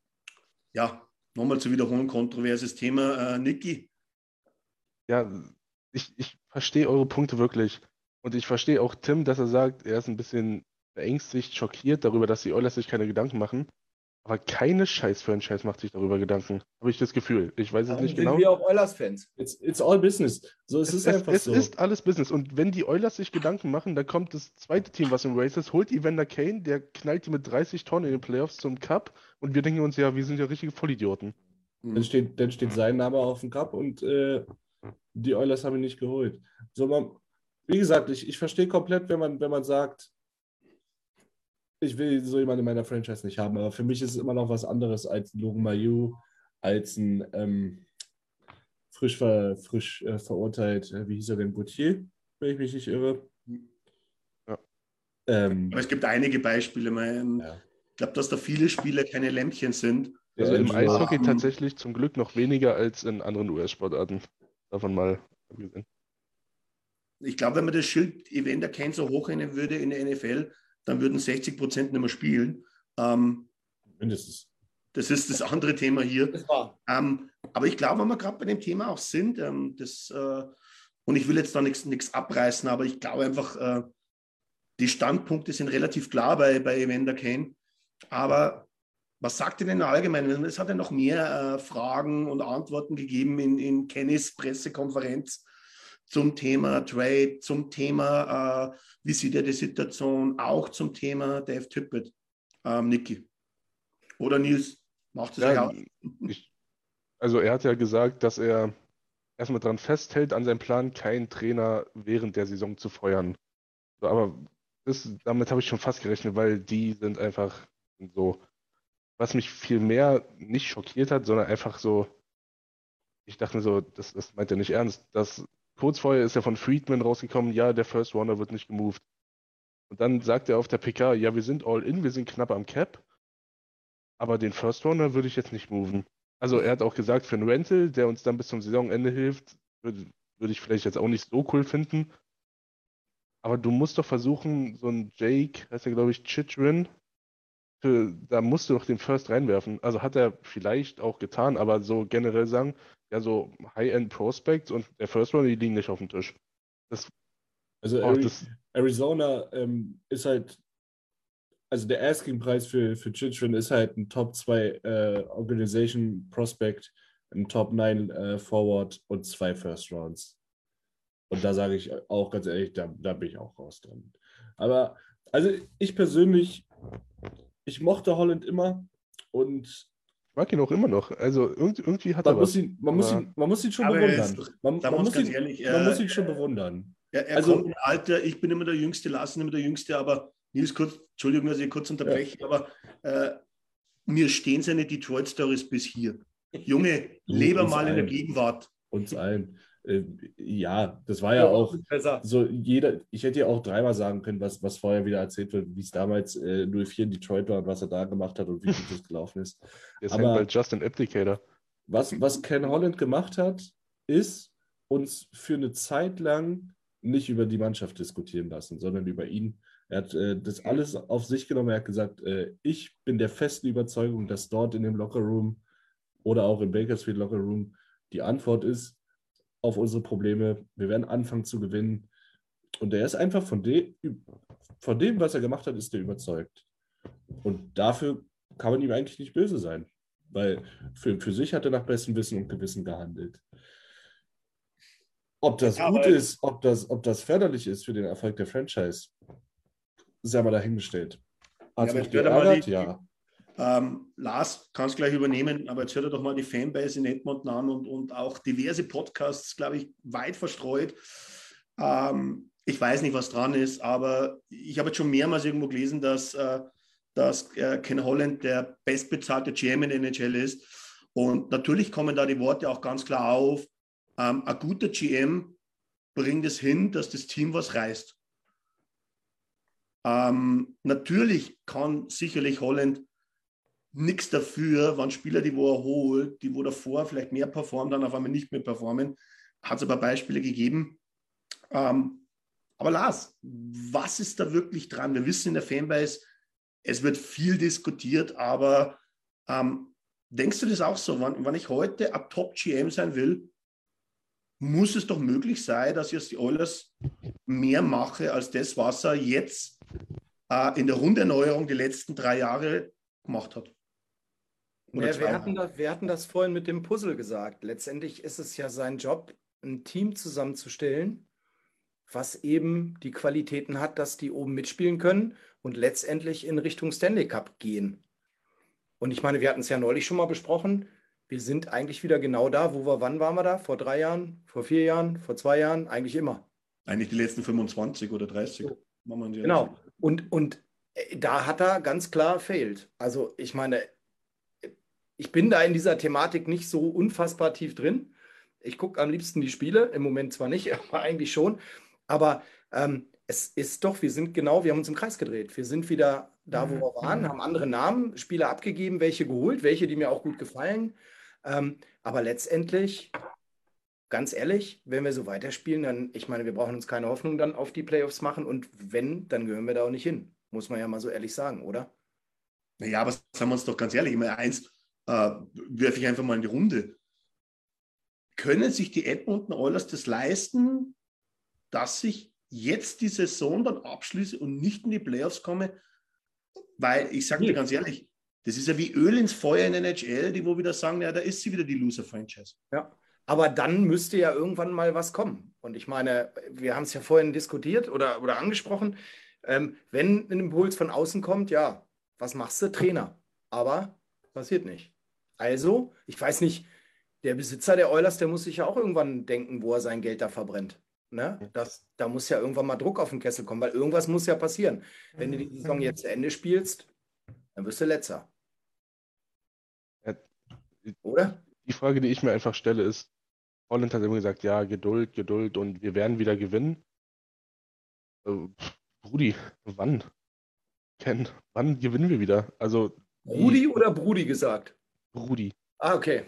ja, nochmal zu wiederholen, kontroverses Thema. Äh, Niki? Ja, ich, ich verstehe eure Punkte wirklich. Und ich verstehe auch Tim, dass er sagt, er ist ein bisschen beängstigt, schockiert darüber, dass die Oilers sich keine Gedanken machen. Aber keine Scheiß-Franchise macht sich darüber Gedanken. Habe ich das Gefühl. Ich weiß es Darum nicht sind genau. wir auch Oilers-Fans. It's, it's all business. So, es, Es, ist es, einfach es so. ist alles Business. Und wenn die Oilers sich Gedanken machen, dann kommt das zweite Team, was im Race ist, holt Evander Kane, der knallt die mit dreißig Tonnen in den Playoffs zum Cup. Und wir denken uns, ja, wir sind ja richtige Vollidioten. Dann steht, dann steht sein Name auf dem Cup und äh, die Oilers haben ihn nicht geholt. So, man, wie gesagt, ich, ich verstehe komplett, wenn man, wenn man sagt, ich will so jemanden in meiner Franchise nicht haben, aber für mich ist es immer noch was anderes als ein Logan Mailloux, als ein ähm, frisch, ver, frisch äh, verurteilt, äh, wie hieß er denn, Gauthier, wenn ich mich nicht irre. Ja. Ähm, Aber es gibt einige Beispiele. Man, ja. Ich glaube, dass da viele Spieler keine Lämpchen sind. Also Ja, im Angelo. Eishockey Ähm, tatsächlich zum Glück noch weniger als in anderen U S-Sportarten. Davon mal abgesehen. Ich glaube, wenn man das Schild Evander Kane so hochrennen würde in der N F L, dann würden sechzig Prozent nicht mehr spielen. Ähm, Mindestens. das ist das andere Thema hier. Das war. Ähm, aber ich glaube, wenn wir gerade bei dem Thema auch sind, ähm, das, äh, und ich will jetzt da nichts nichts abreißen, aber ich glaube einfach, äh, die Standpunkte sind relativ klar bei, bei Evander Kane. Aber was sagt ihr denn allgemein? Es hat ja noch mehr äh, Fragen und Antworten gegeben in, in Kennys Pressekonferenz zum Thema Trade, zum Thema, äh, wie sieht er die Situation, auch zum Thema Dave Tippett. Ähm, Niki. Oder Nils, macht es euch Ja, auch? ich, also er hat ja gesagt, dass er erstmal dran festhält, an seinem Plan, keinen Trainer während der Saison zu feuern. So, aber das, damit habe ich schon fast gerechnet, weil die sind einfach so, was mich viel mehr nicht schockiert hat, sondern einfach so, ich dachte mir so, das, das meint er nicht ernst. Das, kurz vorher ist ja von Friedman rausgekommen, ja, der First Rounder wird nicht gemoved. Und dann sagt er auf der P K, ja, wir sind all in, wir sind knapp am Cap, aber den First Rounder würde ich jetzt nicht moven. Also er hat auch gesagt, für einen Rental, der uns dann bis zum Saisonende hilft, würde, würde ich vielleicht jetzt auch nicht so cool finden. Aber du musst doch versuchen, so ein Jake, heißt er glaube ich, Chitrin, für, da musst du doch den First reinwerfen. Also hat er vielleicht auch getan, aber so generell sagen, ja, so High-End Prospects und der First Rounder, die liegen nicht auf dem Tisch. Das, Also oh, Ari das, Arizona ähm, ist halt, also der Asking-Preis für, für Chitrin ist halt ein Top zwei äh, Organization Prospect, ein Top neun äh, Forward und zwei First Rounds. Und da sage ich auch ganz ehrlich, da, da bin ich auch raus dran. Aber also ich persönlich, ich mochte Holland immer und ich mag ihn auch immer noch. Also irgendwie, irgendwie hat man er muss was. ihn, man muss Aber ihn, man muss ihn schon Aber er ist bewundern. doch- Man, sagen wir man, uns muss ganz ihn, ehrlich, man äh, muss ihn schon bewundern. Er, er Also- kommt im Alter, ich bin immer der Jüngste, Lars ist immer der Jüngste, aber Nils, kurz, Entschuldigung, dass ich kurz unterbreche, aber äh, mir stehen seine Detroit Stories bis hier. Junge, Du, lebe uns mal in der allen. Gegenwart. Uns allen. Äh, ja, das war ja auch besser. so jeder, ich hätte ja auch dreimal sagen können, was, was vorher wieder erzählt wird, wie es damals äh, null vier in Detroit war und was er da gemacht hat und wie gut das gelaufen ist. jetzt Aber- hängt bald Justin Abdicator. Was, was Ken Holland gemacht hat, ist uns für eine Zeit lang nicht über die Mannschaft diskutieren lassen, sondern über ihn. Er hat äh, das alles auf sich genommen. Er hat gesagt, äh, ich bin der festen Überzeugung, dass dort in dem Lockerroom oder auch im Bakersfield Lockerroom die Antwort ist auf unsere Probleme. Wir werden anfangen zu gewinnen. Und er ist einfach von dem, von dem, was er gemacht hat, ist er überzeugt. Und dafür kann man ihm eigentlich nicht böse sein. Weil für, für sich hat er nach bestem Wissen und Gewissen gehandelt. Ob das Ja, gut aber- ist, ob das, ob das förderlich ist für den Erfolg der Franchise, sei mal dahingestellt. Hat Ja, aber mich jetzt hört er mal geärgert? die- Ja. Ähm, Lars, kannst gleich übernehmen, aber jetzt hört er doch mal die Fanbase in Edmonton an und, und auch diverse Podcasts, glaube ich, weit verstreut. Ähm, ich weiß nicht, was dran ist, aber ich habe jetzt schon mehrmals irgendwo gelesen, dass, äh, dass äh, Ken Holland der bestbezahlte G M in der N H L ist. Und natürlich kommen da die Worte auch ganz klar auf. Ähm, ein guter G M bringt es hin, dass das Team was reißt. Ähm, natürlich kann sicherlich Holland nichts dafür, wenn Spieler, die wo er holt, die wo davor vielleicht mehr performen, dann auf einmal nicht mehr performen. Hat es aber Beispiele gegeben. Ähm, aber Lars, was ist da wirklich dran? Wir wissen in der Fanbase, es wird viel diskutiert, aber ähm, denkst du das auch so? Wenn, wenn ich heute ein Top-G M sein will, muss es doch möglich sein, dass ich als die Oilers mehr mache als das, was er jetzt äh, in der Runderneuerung die letzten drei Jahre gemacht hat. Oder Ja, zwei. wir, hatten das, wir hatten das vorhin mit dem Puzzle gesagt. Letztendlich ist es ja sein Job, ein Team zusammenzustellen, was eben die Qualitäten hat, dass die oben mitspielen können und letztendlich in Richtung Stanley Cup gehen. Und ich meine, wir hatten es ja neulich schon mal besprochen. Wir sind eigentlich wieder genau da, wo wir, wann waren wir da? Vor drei Jahren, vor vier Jahren, vor zwei Jahren? Eigentlich immer. Eigentlich die letzten fünfundzwanzig oder dreißig. So. Machen wir uns ja Genau. nicht. Und, und äh, da hat er ganz klar fehlt. Also ich meine, ich bin da in dieser Thematik nicht so unfassbar tief drin. Ich gucke am liebsten die Spiele, im Moment zwar nicht, aber eigentlich schon. Aber ähm, es ist doch, wir sind genau, wir haben uns im Kreis gedreht. Wir sind wieder da, wo wir waren, haben andere Namen, Spieler abgegeben, welche geholt, welche, die mir auch gut gefallen. Ähm, aber letztendlich, ganz ehrlich, wenn wir so weiterspielen, dann, ich meine, wir brauchen uns keine Hoffnung dann auf die Playoffs machen. Und wenn, dann gehören wir da auch nicht hin. Muss man ja mal so ehrlich sagen, oder? Naja, aber sagen wir uns doch ganz ehrlich, immer eins äh, werfe ich einfach mal in die Runde. Können sich die Edmonton Oilers das leisten, dass ich jetzt die Saison dann abschließe und nicht in die Playoffs komme? Weil ich sage dir ganz ehrlich, das ist ja wie Öl ins Feuer in der N H L, die wo wieder sagen, ja, da ist sie wieder die Loser-Franchise. Ja, aber dann müsste ja irgendwann mal was kommen. Und ich meine, wir haben es ja vorhin diskutiert oder, oder angesprochen. Ähm, wenn ein Impuls von außen kommt, ja, was machst du? Trainer. Aber passiert nicht. Also, ich weiß nicht, der Besitzer der Oilers, der muss sich ja auch irgendwann denken, wo er sein Geld da verbrennt. Ne? Das, da muss ja irgendwann mal Druck auf den Kessel kommen, weil irgendwas muss ja passieren. Wenn du die Saison jetzt zu Ende spielst, dann wirst du Letzter. Ja, Oder? die Frage, die ich mir einfach stelle, ist, Holland hat immer gesagt, ja, Geduld, Geduld und wir werden wieder gewinnen. Äh, Brudi, wann? Ken, wann gewinnen wir wieder? Also, Rudi oder Brudi gesagt? Brudi. Ah, okay.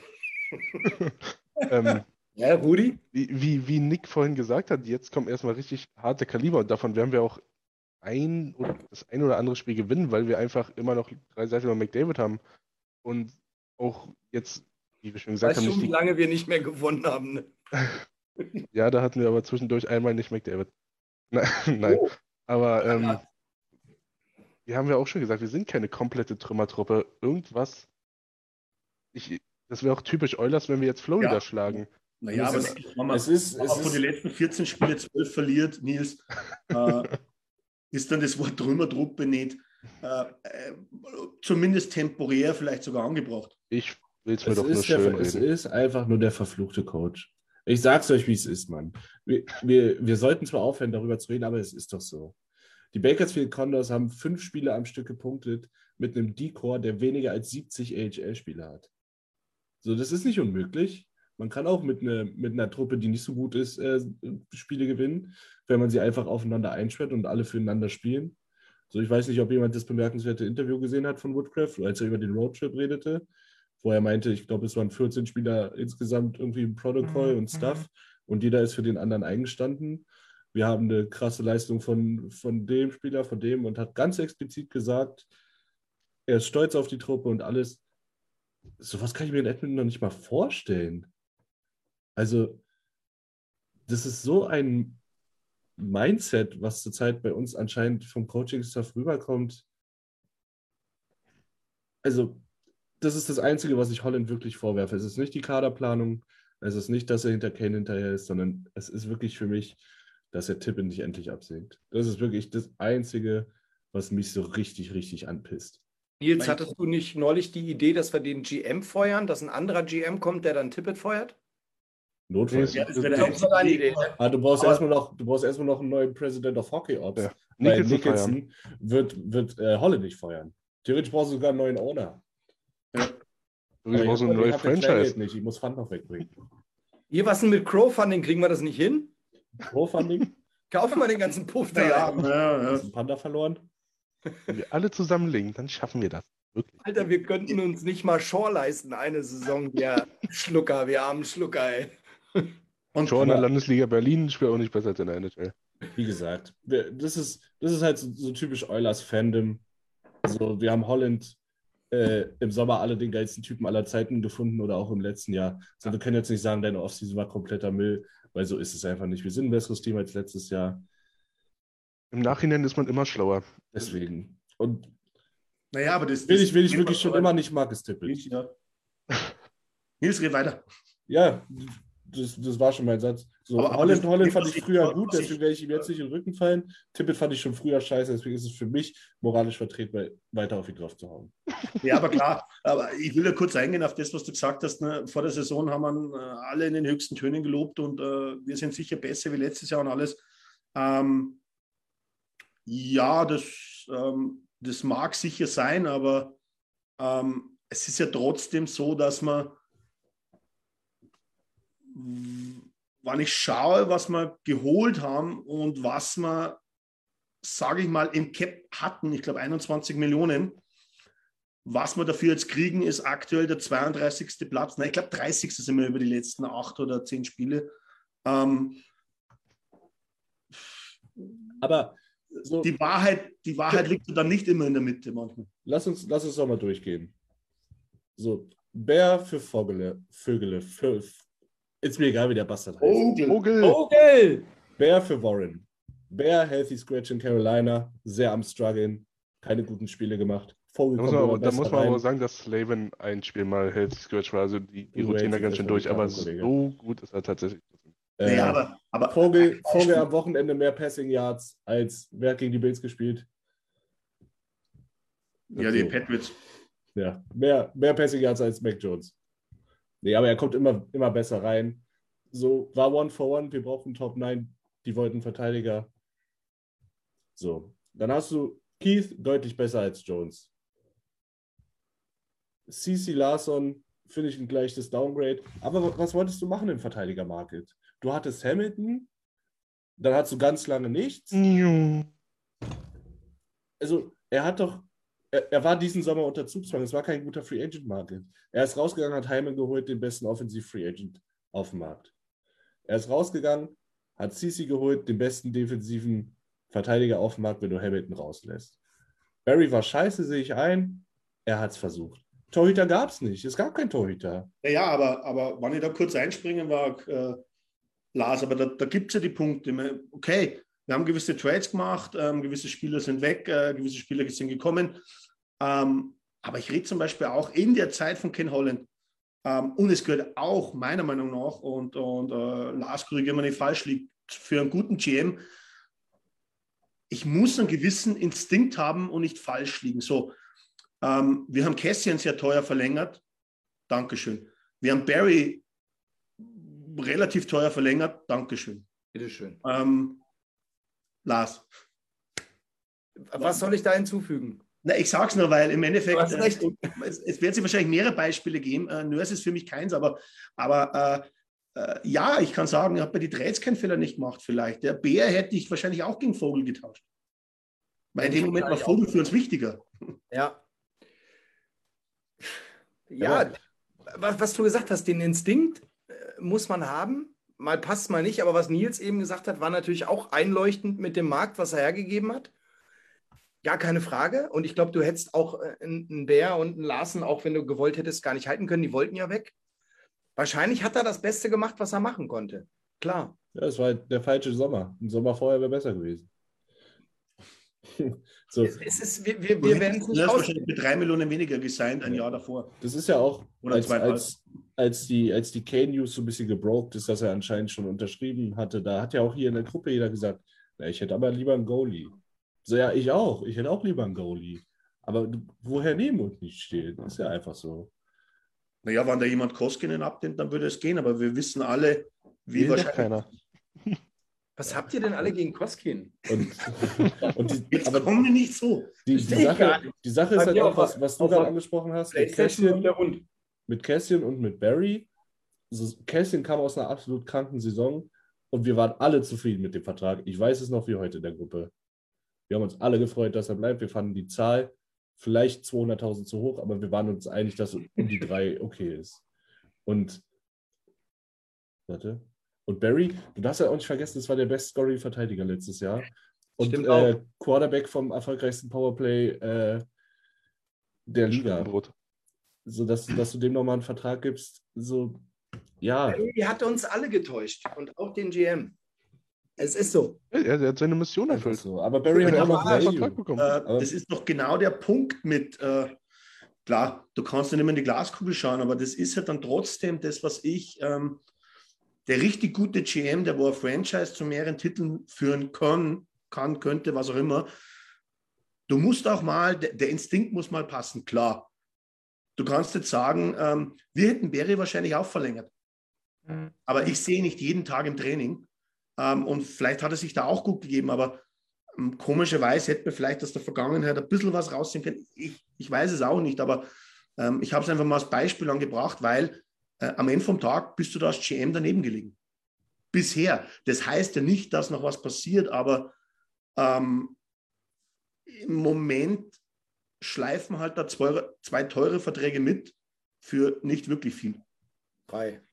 ähm, Ja, Rudi? wie, wie, wie Nick vorhin gesagt hat, jetzt kommen erstmal richtig harte Kaliber und davon werden wir auch ein oder das ein oder andere Spiel gewinnen, weil wir einfach immer noch drei Seiten über McDavid haben und auch jetzt, wie wir schon gesagt Weißt haben, schon, nicht wie die, lange wir nicht mehr gewonnen haben. Ne? ja, da hatten wir aber zwischendurch einmal nicht McDavid. Nein, nein. Oh. aber ähm, Ja. wir haben ja auch schon gesagt, wir sind keine komplette Trümmertruppe. Irgendwas, ich, das wäre auch typisch Oilers, wenn wir jetzt Florida Ja. schlagen. Naja, aber Es ist- wenn man, es ist- wenn es man von ist- den letzten vierzehn Spielen zwölf verliert, Nils, äh, ist dann das Wort Trümmertruppe nicht äh, äh, zumindest temporär vielleicht sogar angebracht. Ich will es mir Es doch nur ist, der, schön es reden. ist einfach nur der verfluchte Coach. Ich sag's euch, wie es ist, Mann. Wir, wir, wir sollten zwar aufhören, darüber zu reden, aber es ist doch so. Die Bakersfield Condors haben fünf Spiele am Stück gepunktet mit einem D-Core, der weniger als siebzig A H L-Spieler hat. So, das ist nicht unmöglich. Man kann auch mit, ne, mit einer Truppe, die nicht so gut ist, äh, Spiele gewinnen, wenn man sie einfach aufeinander einsperrt und alle füreinander spielen. So, ich weiß nicht, ob jemand das bemerkenswerte Interview gesehen hat von Woodcraft, als er über den Roadtrip redete, wo er meinte, ich glaube, es waren vierzehn Spieler insgesamt irgendwie im Protokoll und Stuff und jeder ist für den anderen eingestanden. Wir haben eine krasse Leistung von, von dem Spieler, von dem und hat ganz explizit gesagt, er ist stolz auf die Truppe und alles. Sowas kann ich mir in Edmonton noch nicht mal vorstellen. Also, das ist so ein Mindset, was zurzeit bei uns anscheinend vom Coaching-Staff rüberkommt. Also, das ist das Einzige, was ich Holland wirklich vorwerfe. Es ist nicht die Kaderplanung, es ist nicht, dass er hinter Kane hinterher ist, sondern es ist wirklich für mich, dass er Tippen nicht endlich absinkt. Das ist wirklich das Einzige, was mich so richtig, richtig anpisst. Nils, hattest du nicht neulich die Idee, dass wir den G M feuern, dass ein anderer G M kommt, der dann Tippett feuert? Notfall. Nee, Ja, das das- wäre Ich der glaube, das war einzige deine Weg. Idee. Ah, du brauchst Aber- erstmal noch, du brauchst erstmal noch einen neuen President of Hockey Ops. Ja. Weil Nicholson Nicholson wird, wird äh, Holland nicht feuern. Theoretisch brauchst du sogar einen neuen Owner. Wir Aber ich brauchen hab- eine neue ich hab den Franchise. Clangate nicht. Ich muss Fund noch wegbringen. Hier, was denn mit Crowdfunding? Kriegen wir das nicht hin? Crowdfunding? Kaufen wir den ganzen Puff da. Ja, rein. ja, Hast ja. du Panda verloren? Wenn wir alle zusammenlegen, dann schaffen wir das. Wirklich. Alter, wir könnten uns nicht mal Shaw leisten, eine Saison. Wir Schlucker, wir armen Schlucker, ey. Und Schon in der aber- Landesliga Berlin spielt auch nicht besser als in der N H L. Wie gesagt, wir, das, ist, das ist halt so, so typisch Oilers-Fandom. Also, wir haben Holland äh, im Sommer alle den geilsten Typen aller Zeiten gefunden oder auch im letzten Jahr. Also, wir können jetzt nicht sagen, deine Offseason war kompletter Müll, weil so ist es einfach nicht. Wir sind ein besseres Team als letztes Jahr. Im Nachhinein ist man immer schlauer. Deswegen. Und naja, aber das, will das ich, will ich wirklich schon immer nicht Marcus Tippett. Ja. Nils, red weiter. Ja, das, das war schon mein Satz. So, Aber- aber Holland, das- Holland fand was ich ich- früher was gut, ich- deswegen werde ich ihm jetzt nicht in den Rücken fallen. Tippett fand ich schon früher scheiße, deswegen ist es für mich moralisch vertretbar, weiter auf ihn drauf zu hauen. Ja, aber klar, aber ich will ja kurz eingehen auf das, was du gesagt hast. Ne? Vor der Saison haben wir äh, alle in den höchsten Tönen gelobt und äh, wir sind sicher besser wie letztes Jahr und alles. Ähm, ja, das, ähm, das mag sicher sein, aber ähm, es ist ja trotzdem so, dass man, wenn ich schaue, was wir geholt haben und was wir, sage ich mal, im Cap hatten, ich glaube einundzwanzig Millionen, was wir dafür jetzt kriegen, ist aktuell der zweiunddreißigste Platz. Nein, ich glaube dreißigste sind wir über die letzten acht oder zehn Spiele. Ähm, Aber so, die, Wahrheit, die Wahrheit liegt dann nicht immer in der Mitte manchmal. lass uns, lass uns doch mal durchgehen. So, Bär für Vogele, Vögele, für, ist mir egal, wie der Bastard heißt. Vogel! Okay. Bär für Warren. Bär, Healthy Scratch in Carolina, sehr am Struggeln, keine guten Spiele gemacht. Vogel Da muss kommt man, immer aber, da besser muss man rein. aber sagen, dass Slaven ein Spiel mal Healthy Scratch war. Also die, die Du rotieren da hältst ganz es schön erstmal durch, mit aber Karten, Kollege. so gut ist er tatsächlich. Äh, Naja, aber, aber Vogel, Vogel am Wochenende mehr Passing Yards als wer hat gegen die Bills gespielt? ja, die Patriots. Ja, mehr, mehr Passing Yards als Mac Jones. Nee, aber er kommt immer, immer besser rein. So, war One for One, wir brauchen Top neun, die wollten Verteidiger. So, dann hast du Keith deutlich besser als Jones. C C Larson finde ich ein gleiches Downgrade. Aber was wolltest du machen im Verteidiger-Market? Du hattest Hamilton, dann hattest du ganz lange nichts. Also, er hat doch, er, er war diesen Sommer unter Zugzwang. Es war kein guter Free Agent Market. Er ist rausgegangen, hat Hyman geholt, den besten Offensiv Free Agent auf dem Markt. Er ist rausgegangen, hat Ceci geholt, den besten defensiven Verteidiger auf dem Markt, wenn du Hamilton rauslässt. Barry war scheiße, sehe ich ein. Er hat es versucht. Torhüter gab es nicht. Es gab keinen Torhüter. Naja, aber, aber wenn ich da kurz einspringen war, äh, Lars, aber da, da gibt es ja die Punkte. Okay, wir haben gewisse Trades gemacht, ähm, gewisse Spieler sind weg, äh, gewisse Spieler sind gekommen. Ähm, aber ich rede zum Beispiel auch in der Zeit von Ken Holland. Ähm, und es gehört auch meiner Meinung nach, und, und äh, Lars, korrigiere mich, nicht falsch liegt, für einen guten G M, ich muss einen gewissen Instinkt haben und nicht falsch liegen. So, ähm, wir haben Cassian sehr teuer verlängert. Dankeschön. Wir haben Barry relativ teuer verlängert. Dankeschön. Bitteschön. Ähm, Lars. Was soll ich da hinzufügen? Na, ich sag's nur, weil im Endeffekt, Du hast recht. äh, es, es wird sich wahrscheinlich mehrere Beispiele geben. Äh, Nurse ist für mich keins, aber, aber äh, äh, ja, ich kann sagen, ich habe bei die Trades keinen Fehler nicht gemacht vielleicht. Der Bär hätte ich wahrscheinlich auch gegen Vogel getauscht. Weil in dem Moment war Vogel für uns wichtiger. Ja. Ja, was, was du gesagt hast, den Instinkt äh, muss man haben. Mal passt, mal nicht. Aber was Nils eben gesagt hat, war natürlich auch einleuchtend mit dem Markt, was er hergegeben hat. Gar keine Frage. Und ich glaube, du hättest auch äh, einen Bär und einen Larsen, auch wenn du gewollt hättest, gar nicht halten können. Die wollten ja weg. Wahrscheinlich hat er das Beste gemacht, was er machen konnte. Klar. Ja, es war der falsche Sommer. Ein Sommer vorher wäre besser gewesen. So. Es, es ist, wir wir, wir werden es nicht Das ist aus. wahrscheinlich mit drei Millionen weniger gesigned ein Jahr davor. Das ist ja auch, Oder als, zweieinhalb. als, als die, als die Kane-News so ein bisschen gebroked ist, dass er anscheinend schon unterschrieben hatte, da hat ja auch hier in der Gruppe jeder gesagt, na, ich hätte aber lieber einen Goalie. So, ja, ich auch. Ich hätte auch lieber einen Goalie. Aber du, woher nehmen und nicht stehen? Ist ja einfach so. Naja, wenn da jemand Koskinen abnimmt, dann würde es gehen. Aber wir wissen alle, wie Will doch wahrscheinlich... keiner. Was habt ihr denn alle gegen Koskin? Und, und die, Jetzt aber kommen wir nicht so. die, die, Verstehe ich gar Sache, nicht. die Sache ist Bei halt mir auch, auf was, der- was du auf gerade der angesprochen hast, mit PlayStation und Cassian, der Hund. mit Cassian und mit Barry. So, Cassian kam aus einer absolut kranken Saison und wir waren alle zufrieden mit dem Vertrag. Ich weiß es noch wie heute in der Gruppe. Wir haben uns alle gefreut, dass er bleibt. Wir fanden die Zahl vielleicht zweihunderttausend zu hoch, aber wir waren uns einig, dass um die drei okay ist. Und warte. Und Barry, du darfst ja auch nicht vergessen, das war der Best-Scoring-Verteidiger letztes Jahr. Und Stimmt äh, auch. Quarterback vom erfolgreichsten Powerplay äh, der Liga. Brot. So dass, dass du dem nochmal einen Vertrag gibst, so, ja. Die hat uns alle getäuscht und auch den G M. Es ist so. Er, er hat seine Mission Einfach erfüllt. so. Aber Barry hat Er auch hat noch einen Vertrag Value. bekommen. Äh, Aber- das ist doch genau der Punkt mit, äh, klar, du kannst ja nicht mehr in die Glaskugel schauen, aber das ist ja dann trotzdem das, was ich, ähm, der richtig gute G M, der wo ein Franchise zu mehreren Titeln führen kann, kann, könnte, was auch immer, du musst auch mal, der, der Instinkt muss mal passen, klar. Du kannst jetzt sagen, ähm, wir hätten Barry wahrscheinlich auch verlängert. Aber ich sehe nicht jeden Tag im Training. Ähm, und vielleicht hat er sich da auch gut gegeben, aber ähm, komischerweise hätte man vielleicht aus der Vergangenheit ein bisschen was rausziehen können. Ich, ich weiß es auch nicht, aber ähm, ich habe es einfach mal als Beispiel angebracht, weil äh, am Ende vom Tag bist du da als G M daneben gelegen. Bisher. Das heißt ja nicht, dass noch was passiert, aber ähm, im Moment schleifen halt da zwei, zwei teure Verträge mit für nicht wirklich viel. Drei.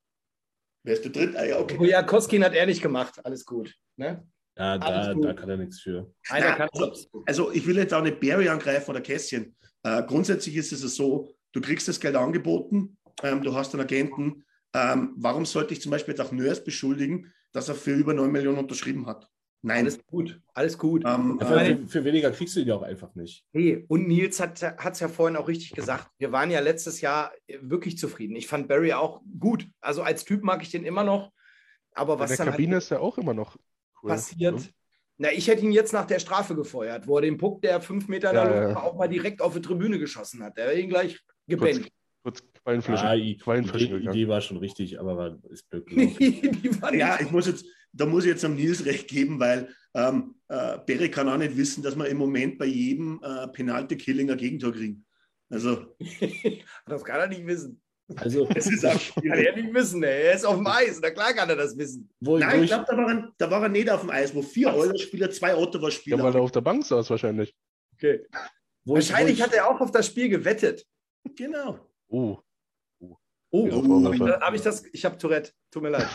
Wer ist der dritte? Ah, ja, okay. Oh ja, Koskin hat er nicht gemacht. Alles gut. Ne? Ja, da, Alles gut. da kann er nichts für. Einer Ja, kann also, also ich will jetzt auch nicht Barry angreifen oder Kässchen. Äh, grundsätzlich ist es so, du kriegst das Geld angeboten, ähm, du hast einen Agenten. Ähm, warum sollte ich zum Beispiel jetzt auch Nurse beschuldigen, dass er für über neun Millionen unterschrieben hat? Nein. Alles gut. Alles gut. Ähm, Ja, äh, für, für weniger kriegst du ihn ja auch einfach nicht. Hey, und Nils hat es ja vorhin auch richtig gesagt. Wir waren ja letztes Jahr wirklich zufrieden. Ich fand Barry auch gut. Also als Typ mag ich den immer noch. Aber was In der dann Kabine halt ist er auch immer noch cool. passiert. Na, ich hätte ihn jetzt nach der Strafe gefeuert, wo er den Puck, der fünf Meter Ja, da ja. Luft war, auch mal direkt auf die Tribüne geschossen hat. Der wäre ihn gleich gebannt. Kurz Quallenfischen, Ja, die Quallenfischen Idee, gegangen. Idee war schon richtig, aber war, ist blöd gelaufen. Die waren ja, ich muss jetzt, da muss ich jetzt am Nils recht geben, weil ähm, äh, Barry kann auch nicht wissen, dass wir im Moment bei jedem äh, Penalty-Killing ein Gegentor kriegen. Also, das kann er nicht wissen. Also, Es ist auch Kann schwierig. er nicht wissen, ey. Er ist auf dem Eis. Na klar kann er das wissen. wo, Nein, wo ich ich, glaube, da, war er- da war er nicht auf dem Eis, wo vier Oilers-Spieler, zwei Ja, Ottawa-Spieler weil er haben. auf der Bank saß wahrscheinlich. Okay. wo ich, wo Wahrscheinlich ich, hat er auch auf das Spiel gewettet. Genau. Oh, Oh, Wieder oh, Vorwürfe. habe ich das? Ich habe Tourette. Tut mir leid.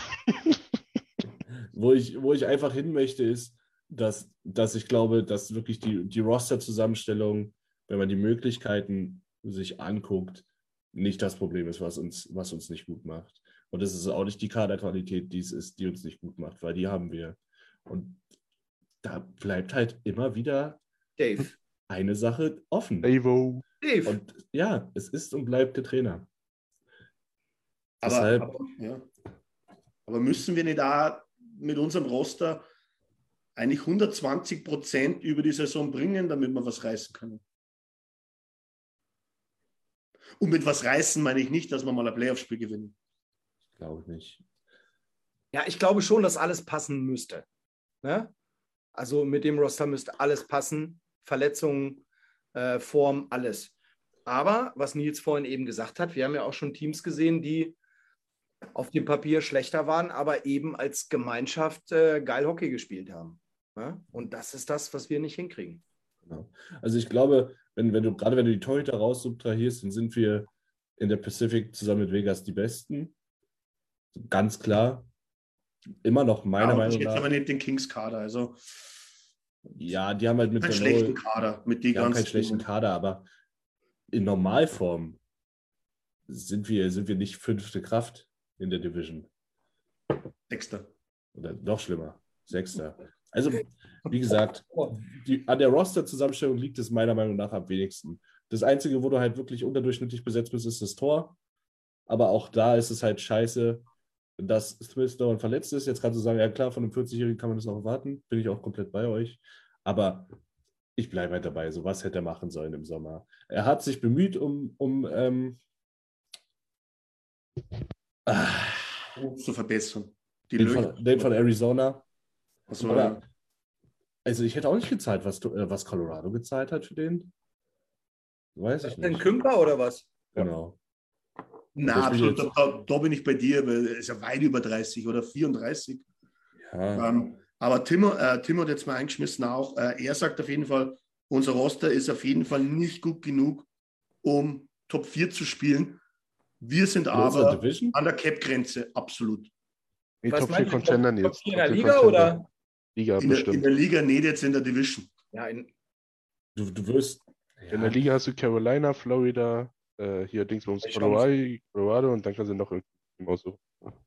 wo ich, wo ich einfach hin möchte, ist, dass, dass ich glaube, dass wirklich die, die Roster-Zusammenstellung, wenn man die Möglichkeiten sich anguckt, nicht das Problem ist, was uns, was uns nicht gut macht. Und es ist auch nicht die Kaderqualität, die es ist, die uns nicht gut macht, weil die haben wir. Und da bleibt halt immer wieder Dave. eine Sache offen. Davo. Dave. Und ja, es ist und bleibt der Trainer. Aber, Deshalb- aber, ja. aber müssen wir nicht auch mit unserem Roster eigentlich hundertzwanzig Prozent über die Saison bringen, damit wir was reißen können? Und mit was reißen meine ich nicht, dass wir mal ein Playoff-Spiel gewinnen. Glaube ich nicht. Ja, ich glaube schon, dass alles passen müsste. Ne? Also mit dem Roster müsste alles passen. Verletzungen, äh, Form, alles. Aber, was Nils vorhin eben gesagt hat, wir haben ja auch schon Teams gesehen, die auf dem Papier schlechter waren, aber eben als Gemeinschaft äh, geil Hockey gespielt haben. Ne? Und das ist das, was wir nicht hinkriegen. Genau. Also ich glaube, wenn, wenn du, gerade wenn du die Torhüter raus subtrahierst, dann sind wir in der Pacific zusammen mit Vegas die Besten. Ganz klar. Immer noch meiner Ja, und Meinung ich jetzt nach. aber nicht den Kings-Kader. Also Ja, die haben halt mit keinen der schlechten Noel- Kader. Mit die die haben ganzen keinen schlechten Kader, aber in Normalform sind wir, sind wir nicht fünfte Kraft in der Division. Sechster. Oder noch schlimmer, Sechster. Also, wie gesagt, die, an der Roster-Zusammenstellung liegt es meiner Meinung nach am wenigsten. Das Einzige, wo du halt wirklich unterdurchschnittlich besetzt bist, ist das Tor. Aber auch da ist es halt scheiße, dass Smith dauernd verletzt ist. Jetzt kannst du sagen, ja klar, von einem vierzig-Jährigen kann man das noch erwarten. Bin ich auch komplett bei euch. Aber ich bleibe halt dabei. So was hätte er machen sollen im Sommer. Er hat sich bemüht um, um ähm, ah, zu verbessern. Die den, Löcher. von, den von Arizona. Also, Aber, also ich hätte auch nicht gezahlt, was, äh, was Colorado gezahlt hat für den. Weiß ich Ein nicht. Kümper oder was? Genau. na, das Spiel absolut, jetzt- da, da bin ich bei dir, weil er ist ja weit über dreißig oder vierunddreißig. Ja, Ähm, aber Timo, äh, Timo hat jetzt mal eingeschmissen auch, äh, er sagt auf jeden Fall, unser Roster ist auf jeden Fall nicht gut genug, um Top vier zu spielen. Wir sind in unserer aber Division? an der Cap-Grenze, absolut. Nee, Was Top vier meinst du, Contender Top- Nils. Top vier in der Top vier Liga Contender. oder? Liga In der, in bestimmt. der Liga, nicht jetzt in der Division. Ja, in, Du, du wirst. In der Liga hast du Carolina, Florida, äh, hier Dingsbums, Ich Colorado, Colorado und dann kannst du noch irgendwie aussuchen.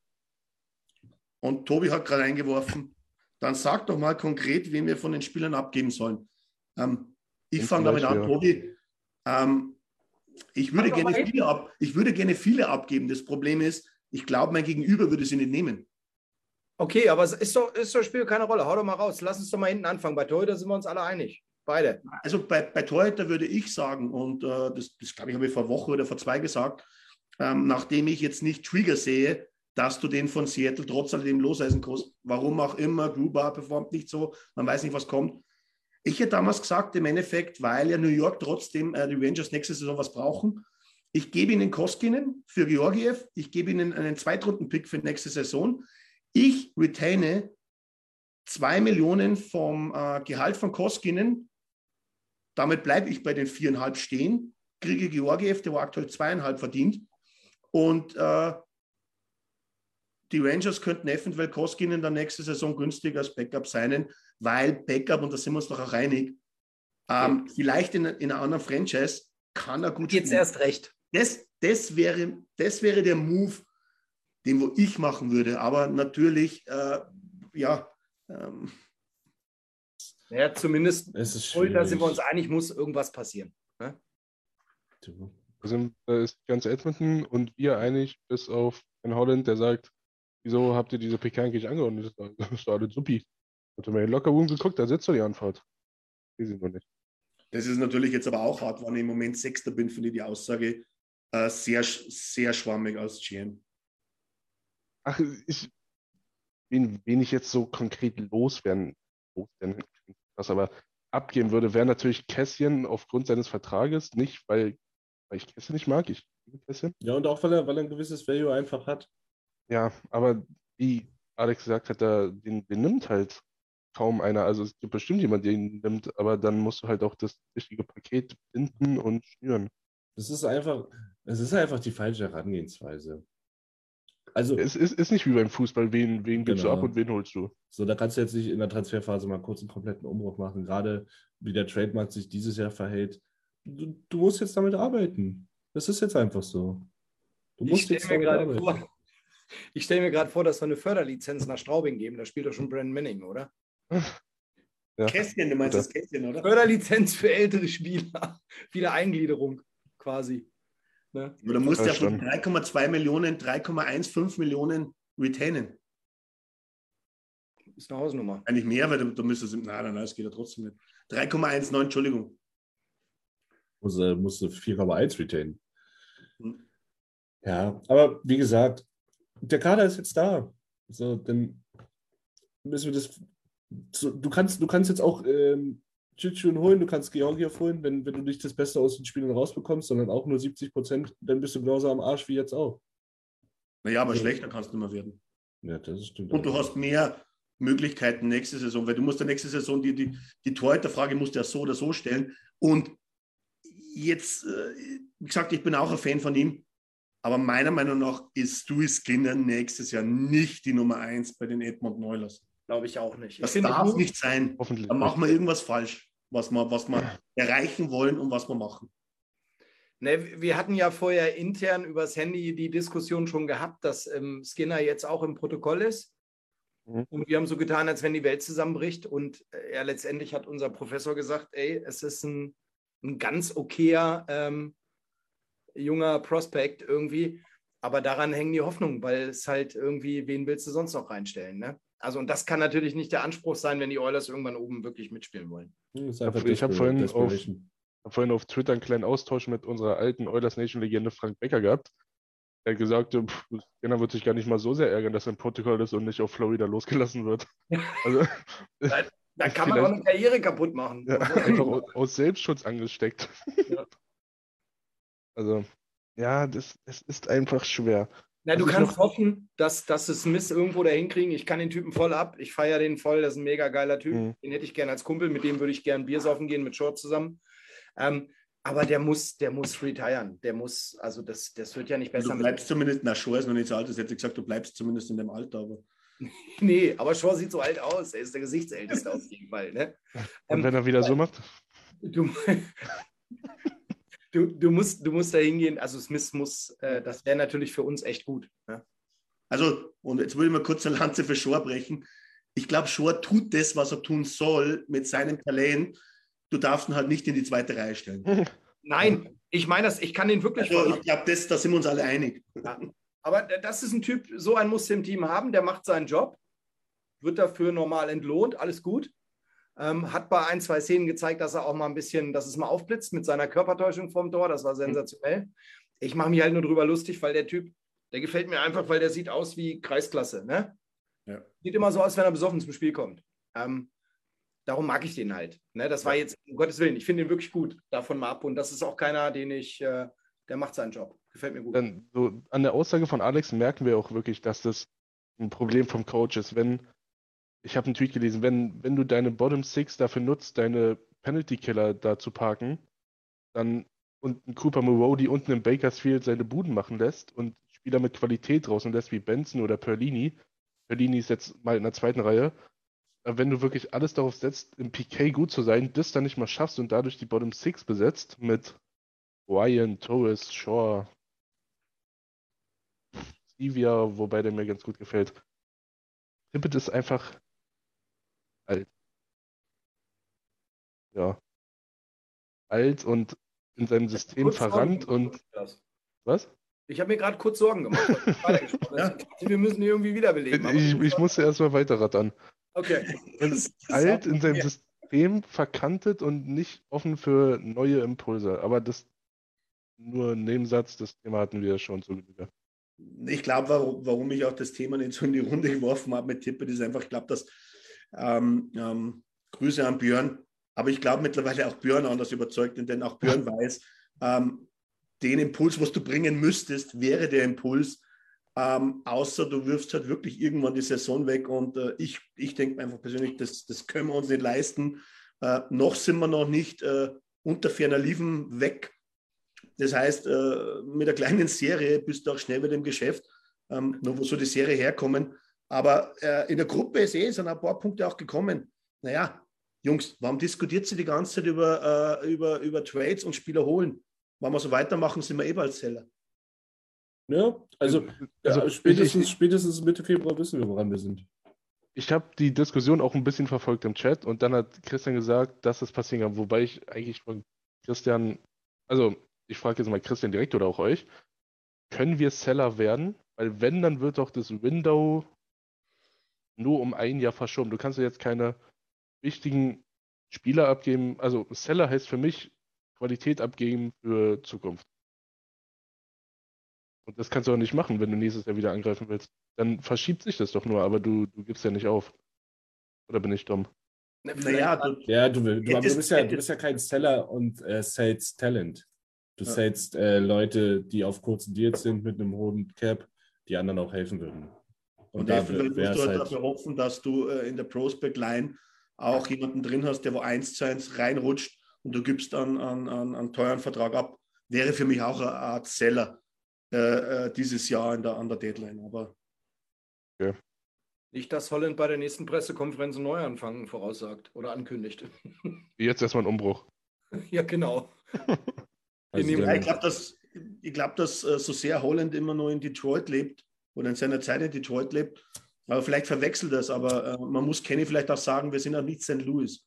Und Tobi hat gerade eingeworfen, dann sag doch mal konkret, wen wir von den Spielern abgeben sollen. Ähm, ich Wenn's fange damit leicht an, wäre. Tobi. Ähm, ich, würde Fang doch gerne mal hin. viele ab, ich würde gerne viele abgeben. Das Problem ist, ich glaube, mein Gegenüber würde sie nicht nehmen. okay, aber es ist doch, ist doch spielt keine Rolle. Hau doch mal raus. Lass uns doch mal hinten anfangen. Bei Torhüter sind wir uns alle einig. Beide. Also bei, bei Torhüter würde ich sagen, und äh, das, das glaube ich, habe ich vor einer Woche oder vor zwei gesagt, ähm, nachdem ich jetzt nicht Trigger sehe, dass du den von Seattle trotz alledem loseisen kannst, warum auch immer, Gruber performt nicht so, man weiß nicht, was kommt. Ich hätte damals gesagt, im Endeffekt, weil ja New York trotzdem äh, die Rangers nächste Saison was brauchen, ich gebe ihnen Koskinen für Georgiev, ich gebe ihnen einen Zweitrunden-Pick für nächste Saison, ich retaine zwei Millionen vom äh, Gehalt von Koskinen, damit bleibe ich bei den viereinhalb stehen, kriege Georgiev, der aktuell zweieinhalb verdient, und äh, die Rangers könnten eventuell Koskinen dann nächste Saison günstig als Backup sein, weil Backup, und da sind wir uns doch auch einig, ähm, vielleicht in, in einer anderen Franchise kann er gut Jetzt spielen. erst recht. Das, das, wäre, das wäre der Move, den wo ich machen würde. Aber natürlich, äh, ja, ähm, Ja, zumindest Es ist Torhüter schwierig. sind wir uns einig, muss irgendwas passieren. Ne? Du- Da sind, da ist ganz Edmonton und wir einig, bis auf den Holland, der sagt, wieso habt ihr diese P K eigentlich angeordnet? Das ist doch alles supi. Hat er mir in den Lockerroom geguckt, da sitzt doch die Antwort. Ich sie noch nicht. das ist natürlich jetzt aber auch hart, wenn ich im Moment Sechster bin, finde ich die Aussage äh, sehr, sehr schwammig als G M. Ach, ich, wen, wen ich jetzt so konkret loswerden, loswerden was aber abgeben würde, wäre natürlich Kässchen aufgrund seines Vertrages, nicht weil, weil ich Kässchen nicht mag. Ich ein bisschen. Ja, und auch weil er, weil er ein gewisses Value einfach hat. Ja, aber wie Alex gesagt hat, der, den, den nimmt halt kaum einer. Also es gibt bestimmt jemanden, der ihn nimmt, aber dann musst du halt auch das richtige Paket binden und schnüren. Das ist einfach, es ist einfach die falsche Herangehensweise. Also, Es ist, ist nicht wie beim Fußball, wen, wen gibst du ab Genau. und wen holst du? so, da kannst du jetzt nicht in der Transferphase mal kurz einen kompletten Umbruch machen, gerade wie der Trademark sich dieses Jahr verhält. Du, du musst jetzt damit arbeiten. Das ist jetzt einfach so. Du Ich musst stelle jetzt mir damit gerade arbeiten. vor, ich stell mir gerade vor, dass wir eine Förderlizenz nach Straubing geben. Da spielt doch schon Brandon Manning, oder? Ja. Kästchen, du meinst Oder? das Kästchen, oder? Förderlizenz für ältere Spieler. Wiedereingliederung quasi. Ne? Aber da musst du ja Ja, von schon. drei Komma zwei Millionen, drei Komma fünfzehn Millionen retainen. Ist eine Hausnummer. Eigentlich mehr, weil du, du müsstest, nein, nein, nein, das geht ja trotzdem nicht. drei Komma neunzehn, Entschuldigung. Muss, äh, musst du vier Komma eins retainen. Hm. Ja, aber wie gesagt, der Kader ist jetzt da. So, dann müssen wir das. So, du, kannst, du kannst jetzt auch ähm, Chichun holen, du kannst Georgiev holen, wenn, wenn du nicht das Beste aus den Spielen rausbekommst, sondern auch nur siebzig Prozent, dann bist du genauso am Arsch wie jetzt auch. Naja, aber Ja. schlechter kannst du nicht mehr werden. Ja, das stimmt. Und du hast mehr Möglichkeiten nächste Saison, weil du musst ja nächste Saison die, die, die Torhüterfrage musst du ja so oder so stellen. Und jetzt, äh, wie gesagt, ich bin auch ein Fan von ihm, aber meiner Meinung nach ist Stewie Skinner nächstes Jahr nicht die Nummer eins bei den Edmonton Oilers. Glaube ich auch nicht. Ich Das finde darf nur- nicht sein. Hoffentlich Da nicht. machen wir irgendwas falsch, was wir, was wir erreichen wollen und was wir machen. Ne, wir hatten ja vorher intern übers Handy die Diskussion schon gehabt, dass ähm, Skinner jetzt auch im Protokoll ist. Mhm. Und wir haben so getan, als wenn die Welt zusammenbricht. Und äh, ja, letztendlich hat unser Professor gesagt, ey, es ist ein, ein ganz okayer ähm, junger Prospect irgendwie. Aber daran hängen die Hoffnungen, weil es halt irgendwie, wen willst du sonst noch reinstellen, ne? Also, und das kann natürlich nicht der Anspruch sein, wenn die Oilers irgendwann oben wirklich mitspielen wollen. Das ist Ich einfach hab- ich hab Despera- vorhin Desperation. Ich habe vorhin auf Twitter einen kleinen Austausch mit unserer alten Oilers Nation-Legende Frank Becker gehabt. Er hat gesagt, pff, Skinner wird sich gar nicht mal so sehr ärgern, dass er im Protokoll ist und nicht auf Florida losgelassen wird. Also Da kann man auch Vielleicht- eine Karriere kaputt machen. ja, einfach aus, aus Selbstschutz angesteckt. Ja. Also, ja, das, das ist einfach schwer. Na, du Was ich kannst noch- hoffen, dass, dass es Smith irgendwo dahin kriegen. Ich kann den Typen voll ab. Ich feiere den voll. Das ist ein mega geiler Typ. Mhm. Den hätte ich gerne als Kumpel. Mit dem würde ich gerne Bier saufen gehen, mit Short zusammen. Ähm, aber der muss, der muss retiren. Der muss, also das, das wird ja nicht besser. Du bleibst zumindest, na, Shaw ist noch nicht so alt, das hätte ich gesagt, du bleibst zumindest in dem Alter, aber Nee, aber Shaw sieht so alt aus. Er ist der Gesichtsälteste auf jeden Fall. Ne? Und Ähm, wenn er wieder so macht, Du, du, du, musst, du musst da hingehen. Also Smith muss, äh, das wäre natürlich für uns echt gut. Ne? also, und jetzt will ich mal kurz eine Lanze für Shaw brechen. Ich glaube, Shaw tut das, was er tun soll mit seinem Talent. Du darfst ihn halt nicht in die zweite Reihe stellen. Nein, ich meine das, ich kann den wirklich Also, voll ich glaube, das, da sind wir uns alle einig. Aber das ist ein Typ, so einen muss im Team haben, der macht seinen Job, wird dafür normal entlohnt, alles gut. Ähm, hat bei ein, zwei Szenen gezeigt, dass er auch mal ein bisschen, dass es mal aufblitzt mit seiner Körpertäuschung vom Tor, das war sensationell. Ich mache mich halt nur drüber lustig, weil der Typ, der gefällt mir einfach, weil der sieht aus wie Kreisklasse. Ne? Ja. Sieht immer so aus, wenn er besoffen zum Spiel kommt. Ähm, darum mag ich den halt. Ne? Das war jetzt, um Gottes Willen, ich finde ihn wirklich gut, davon mal ab. Und das ist auch keiner, den ich, äh, der macht seinen Job. Gefällt mir gut. dann so an der Aussage von Alex merken wir auch wirklich, dass das ein Problem vom Coach ist. Wenn, ich habe einen Tweet gelesen, wenn, wenn du deine Bottom Six dafür nutzt, deine Penalty Killer da zu parken, dann und ein Cooper Moreau, die unten im Bakersfield seine Buden machen lässt und Spieler mit Qualität draußen lässt, wie Benson oder Perlini. Perlini ist jetzt mal in der zweiten Reihe. Aber wenn du wirklich alles darauf setzt, im P K gut zu sein, das dann nicht mal schaffst und dadurch die Bottom Six besetzt mit Ryan, Torres, Shaw, Stevia, wobei der mir ganz gut gefällt. Tippett ist einfach alt. Ja. Alt und in seinem System Kurz verrannt Sorgen und gemacht. was? Ich habe mir gerade kurz Sorgen gemacht. Weitergesprochen. Ja. Ich dachte, wir müssen die irgendwie wiederbeleben. aber- Ich, ich musste erstmal weiterrattern. Okay. Und alt in seinem System verkantet und nicht offen für neue Impulse. Aber das nur ein Nebensatz, das Thema hatten wir schon so genüge. Ich glaube, warum, warum ich auch das Thema nicht so in die Runde geworfen habe mit Tippett, ist einfach, ich glaube, dass ähm, ähm, Grüße an Björn, aber ich glaube mittlerweile auch Björn anders überzeugt, denn auch Björn weiß, ähm, den Impuls, was du bringen müsstest, wäre der Impuls, ähm, außer du wirfst halt wirklich irgendwann die Saison weg und äh, ich, ich denke einfach persönlich, das, das können wir uns nicht leisten. Äh, noch sind wir noch nicht äh, unter ferner Liefen weg. Das heißt, äh, mit einer kleinen Serie bist du auch schnell wieder im Geschäft, ähm, nur wo so die Serie herkommen. Aber äh, in der Gruppe ist eh, sind ein paar Punkte auch gekommen. Naja, Jungs, warum diskutiert sie die ganze Zeit über, äh, über, über Trades und Spieler holen? Wenn wir so weitermachen, sind wir eh bald Seller. Ja, also, Also, ja, spätestens, ich- spätestens Mitte Februar wissen wir, woran wir sind. Ich habe die Diskussion auch ein bisschen verfolgt im Chat und dann hat Christian gesagt, dass das passieren kann, wobei ich eigentlich von Christian, also ich frage jetzt mal Christian direkt oder auch euch, können wir Seller werden? Weil wenn, dann wird doch das Window nur um ein Jahr verschoben. Du kannst ja jetzt keine wichtigen Spieler abgeben, also Seller heißt für mich Qualität abgeben für Zukunft. Und das kannst du auch nicht machen, wenn du nächstes Jahr wieder angreifen willst. Dann verschiebt sich das doch nur, aber du, du gibst ja nicht auf. Oder bin ich dumm? Ne, Naja, vielleicht- du, Ja, du, du, aber du, Hättest- bist, ja, du hättest- bist ja kein Seller und äh, sales Talent. Du Ja. sales äh, Leute, die auf kurzen Deals sind mit einem hohen Cap, die anderen auch helfen würden. Und, und da eventuell wäre musst es du halt halt. dafür hoffen, dass du äh, in der Prospect-Line auch jemanden drin hast, der wo eins zu eins reinrutscht und du gibst dann einen, einen, einen teuren Vertrag ab. Wäre für mich auch eine Art Seller äh, äh, dieses Jahr in der, an der Deadline. Aber Nicht, dass Holland bei der nächsten Pressekonferenz einen Neuanfang voraussagt oder ankündigt. Jetzt erstmal ein Umbruch. Ja, genau. Also nehmen- ja, dann- ich glaube, dass, ich glaub, dass äh, so sehr Holland immer nur in Detroit lebt oder in seiner Zeit in Detroit lebt, aber vielleicht verwechselt das, aber äh, man muss Kenny vielleicht auch sagen, wir sind auch nicht Sankt Louis.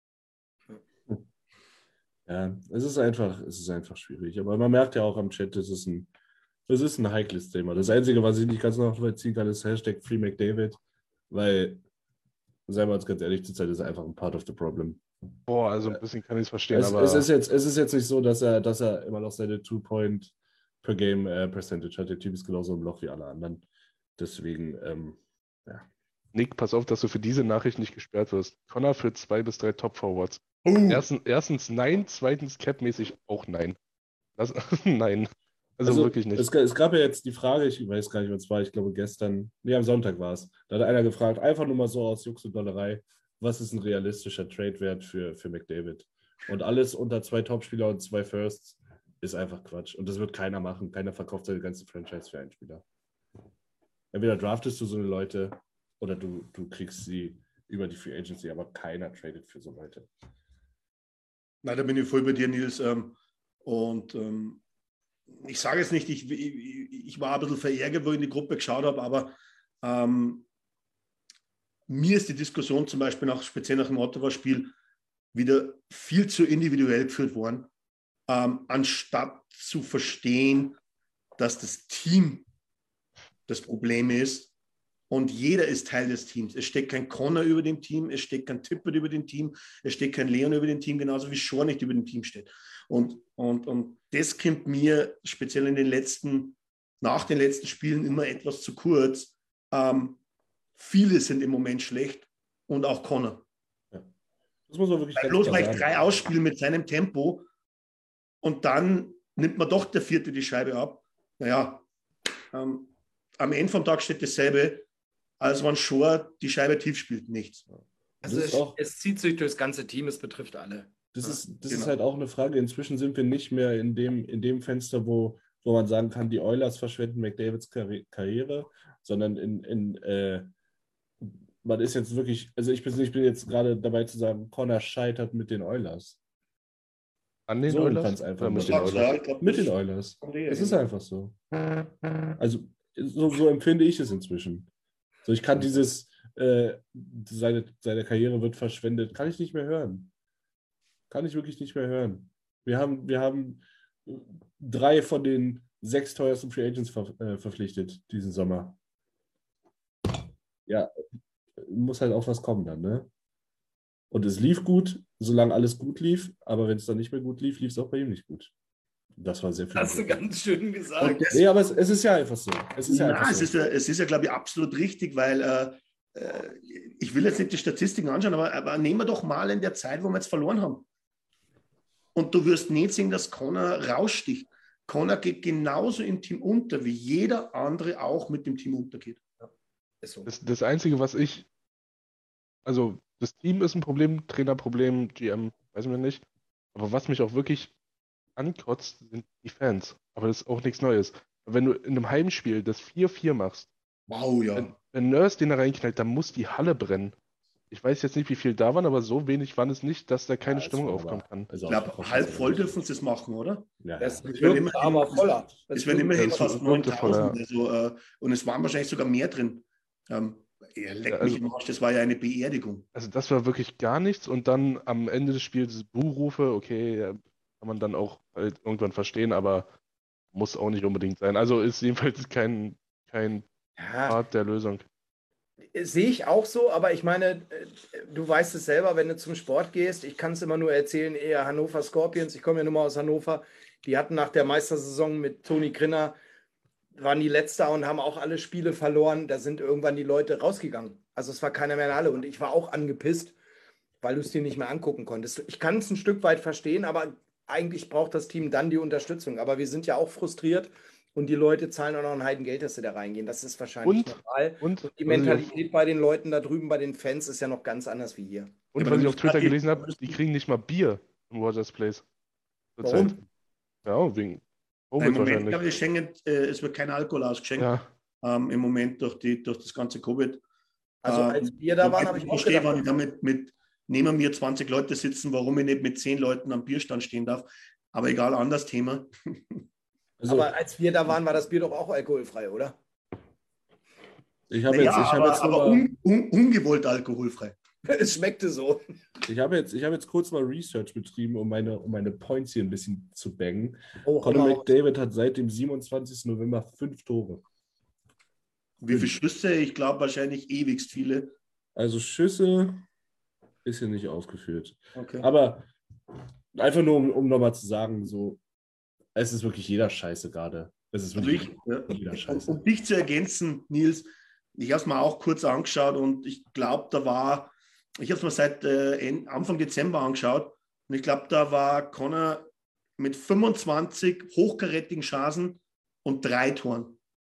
Ja, es ist einfach, es ist einfach schwierig. Aber man merkt ja auch am Chat, das ist ein, das ist ein heikles Thema. Das Einzige, was ich nicht ganz nachvollziehen kann, ist Hashtag Free McDavid, weil, seien wir uns ganz ehrlich, zurzeit ist er einfach ein Part of the problem. Boah, also ein bisschen kann ich es verstehen, Es, aber es, ist jetzt, es ist jetzt nicht so, dass er, dass er immer noch seine Two-Point per Game äh, Percentage hat. Der Typ ist genauso im Loch wie alle anderen. Deswegen, ähm, Nick, pass auf, dass du für diese Nachricht nicht gesperrt wirst. Connor für zwei bis drei Top-Forwards. Oh, Erstens, erstens nein, zweitens Cap-mäßig auch nein. Das, nein. Also, also wirklich nicht. Es, ga- es gab ja jetzt die Frage, ich weiß gar nicht, was war, ich glaube gestern, nee, am Sonntag war es. Da hat einer gefragt, einfach nur mal so aus Jux und Dollerei, was ist ein realistischer Trade-Wert für, für McDavid? Und alles unter zwei Topspieler und zwei Firsts ist einfach Quatsch. Und das wird keiner machen. Keiner verkauft seine ganze Franchise für einen Spieler. Entweder draftest du so eine Leute oder du, du kriegst sie über die Free Agency, aber keiner tradet für so Leute. nein, da bin ich voll bei dir, Nils. Ähm, und ähm, ich sage jetzt nicht, ich, ich, ich war ein bisschen verärgert, wo ich in die Gruppe geschaut habe, aber ähm, mir ist die Diskussion zum Beispiel nach, speziell nach dem Ottawa-Spiel wieder viel zu individuell geführt worden, ähm, anstatt zu verstehen, dass das Team das Problem ist und jeder ist Teil des Teams. Es steckt kein Connor über dem Team, es steckt kein Tippett über dem Team, es steckt kein Leon über dem Team, genauso wie Shaw nicht über dem Team steht. Und, und, und das kommt mir speziell in den letzten, nach den letzten Spielen immer etwas zu kurz. Ähm, viele sind im Moment schlecht und auch Connor. Das muss man wirklich Weil ganz bloß klar weil ich sagen. drei ausspielen mit seinem Tempo und dann nimmt man doch der Vierte die Scheibe ab. Naja, ähm, am Ende vom Tag steht dasselbe, als wenn Shore die Scheibe tief spielt. Nichts. Also Das es, ist auch- es zieht sich durchs ganze Team, es betrifft alle. Das, Ja, ist, das genau. ist halt auch eine Frage. Inzwischen sind wir nicht mehr in dem, in dem Fenster, wo, wo man sagen kann, die Oilers verschwenden McDavids Karri- Karriere, sondern in, in äh, man ist jetzt wirklich, also ich bin, ich bin jetzt gerade dabei zu sagen, Connor scheitert mit den Oilers. An den so Oilers? ganz einfach. Oder mit Das den sagst du, Oilers? ich glaub, Mit das den Oilers. kommt eh Es ist hin. einfach so. Also so, so empfinde ich es inzwischen. So, ich kann dieses, äh, seine, seine Karriere wird verschwendet, kann ich nicht mehr hören. Kann ich wirklich nicht mehr hören. Wir haben, wir haben drei von den sechs teuersten Free Agents ver, äh, verpflichtet diesen Sommer. Ja, muss halt auch was kommen dann, ne? Und es lief gut, solange alles gut lief, aber wenn es dann nicht mehr gut lief, lief es auch bei ihm nicht gut. Das war sehr viel. Hast du ganz schön Und gesagt. das, Nee, aber es, es ist ja einfach so. Es ist ja na, einfach es so. ist ja, es ist ja, glaube ich, absolut richtig, weil äh, äh, ich will jetzt nicht die Statistiken anschauen, aber, aber nehmen wir doch mal in der Zeit, wo wir jetzt verloren haben. Und du wirst nicht sehen, dass Connor raussticht. Connor geht genauso im Team unter, wie jeder andere auch mit dem Team untergeht. Ist so. Das, das Einzige, was ich, also das Team ist ein Problem, Trainerproblem, G M, weiß man nicht. Aber was mich auch wirklich ankotzt, sind die Fans. Aber das ist auch nichts Neues. Wenn du in einem Heimspiel das vier vier machst, Wow, ja. wenn, wenn Nurse den da reinknallt, dann muss die Halle brennen. Ich weiß jetzt nicht, wie viel da waren, aber so wenig waren es nicht, dass da keine Ja, es Stimmung war aufkommen aber- kann. also Ich glaube, ausverkauft halb ist voll aber dürfen sie es machen, oder? nicht. Ja, Das ja. werden wirkt immerhin- aber voller. Das Es werden wirkt immerhin Ja, fast es wirkte voll, neuntausend. Also, äh, und es waren wahrscheinlich sogar mehr drin. Ähm, er leckt Ja, also- mich im Arsch, das war ja eine Beerdigung. Also das war wirklich gar nichts und dann am Ende des Spiels Buhrufe, okay, ja, kann man dann auch halt irgendwann verstehen, aber muss auch nicht unbedingt sein. Also ist jedenfalls kein, kein Ja, Part der Lösung. sehe ich auch so, aber ich meine, äh, du weißt es selber, wenn du zum Sport gehst. Ich kann es immer nur erzählen, eher Hannover Scorpions. Ich komme ja nun mal aus Hannover. Die hatten nach der Meistersaison mit Toni Grinner, waren die Letzter und haben auch alle Spiele verloren. Da sind irgendwann die Leute rausgegangen. Also es war keiner mehr in der Halle und ich war auch angepisst, weil du es dir nicht mehr angucken konntest. Ich kann es ein Stück weit verstehen, aber eigentlich braucht das Team dann die Unterstützung. Aber wir sind ja auch frustriert und die Leute zahlen auch noch ein Heidengeld, dass sie da reingehen. Das ist wahrscheinlich Und- normal. Und, Und die was ich auf, Mentalität bei den Leuten da drüben, bei den Fans, ist ja noch ganz anders wie hier. und aber was dann ich auf müssen Twitter halt die- gelesen habe, die kriegen nicht mal Bier im Rogers Place. Warum? Zurzeit. Ja, wegen Nein, Covid Im Moment, wahrscheinlich. glaube ich, schenken, äh, es wird kein Alkohol ausgeschenkt. Ja, Ähm, Im Moment durch, die, durch das ganze Covid. Also Ähm, als wir da waren, wobei habe ich ich auch verstehe, gedacht, wenn ich damit mit neben mir zwanzig Leute sitzen, warum ich nicht mit zehn Leuten am Bierstand stehen darf. Aber egal, anderes Thema. Also, aber als wir da waren, war das Bier doch auch alkoholfrei, oder? ich habe Naja, jetzt, ich habe aber, jetzt, aber nur mal- un, un, ungewollt alkoholfrei. Es schmeckte so. ich habe jetzt, ich habe jetzt kurz mal Research betrieben, um meine, um meine Points hier ein bisschen zu bangen. Oh, Conor Hammer. McDavid hat seit dem siebenundzwanzigsten November fünf Tore. Wie viele Schüsse? Ich glaube wahrscheinlich ewigst viele. Also Schüsse ist hier nicht ausgeführt. Okay. Aber einfach nur, um, um nochmal zu sagen, so, es ist wirklich jeder Scheiße gerade. Es ist Also wirklich ich, ja, jeder um, Scheiße. um dich zu ergänzen, Nils, ich habe es mir auch kurz angeschaut und ich glaube, da war, ich habe es mir seit äh, End- Anfang Dezember angeschaut und ich glaube, da war Connor mit fünfundzwanzig hochkarätigen Chancen und drei Toren.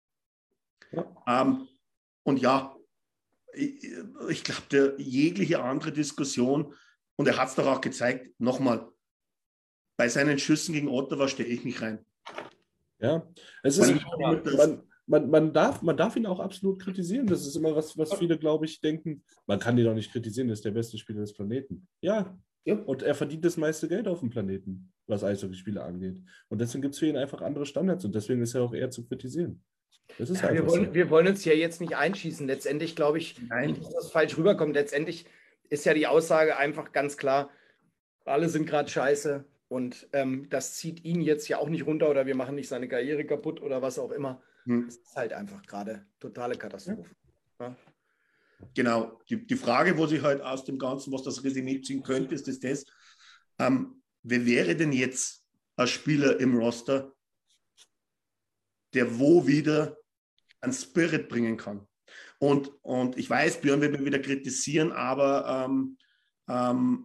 Ja. Ähm, und ja, ich, ich glaube, der jegliche andere Diskussion, und er hat es doch auch gezeigt, nochmal, bei seinen Schüssen gegen Ottawa stelle ich mich rein. Ja, es Weil ist, ich- man, man, man, darf, man darf ihn auch absolut kritisieren. Das ist immer was, was viele, glaube ich, denken. Man kann ihn doch nicht kritisieren, er ist der beste Spieler des Planeten. Ja, Ja. und er verdient das meiste Geld auf dem Planeten, was Eishockeyspiele angeht. Und deswegen gibt es für ihn einfach andere Standards und deswegen ist er auch eher zu kritisieren. Das ist Ja, wir, einfach wollen, so. wir wollen uns ja jetzt nicht einschießen. Letztendlich glaube ich, Nein. nicht, dass das falsch rüberkommt. Letztendlich ist ja die Aussage einfach ganz klar, alle sind gerade scheiße und ähm, das zieht ihn jetzt ja auch nicht runter oder wir machen nicht seine Karriere kaputt oder was auch immer. Hm. Es ist halt einfach gerade totale Katastrophe. Ja. Genau, die, die Frage, wo sich halt aus dem Ganzen, was das Resümee ziehen könnte, ist das, das ähm, wer wäre denn jetzt ein Spieler im Roster, der wo wieder einen Spirit bringen kann? Und, und ich weiß, Björn wird mir wieder kritisieren, aber ähm, ähm,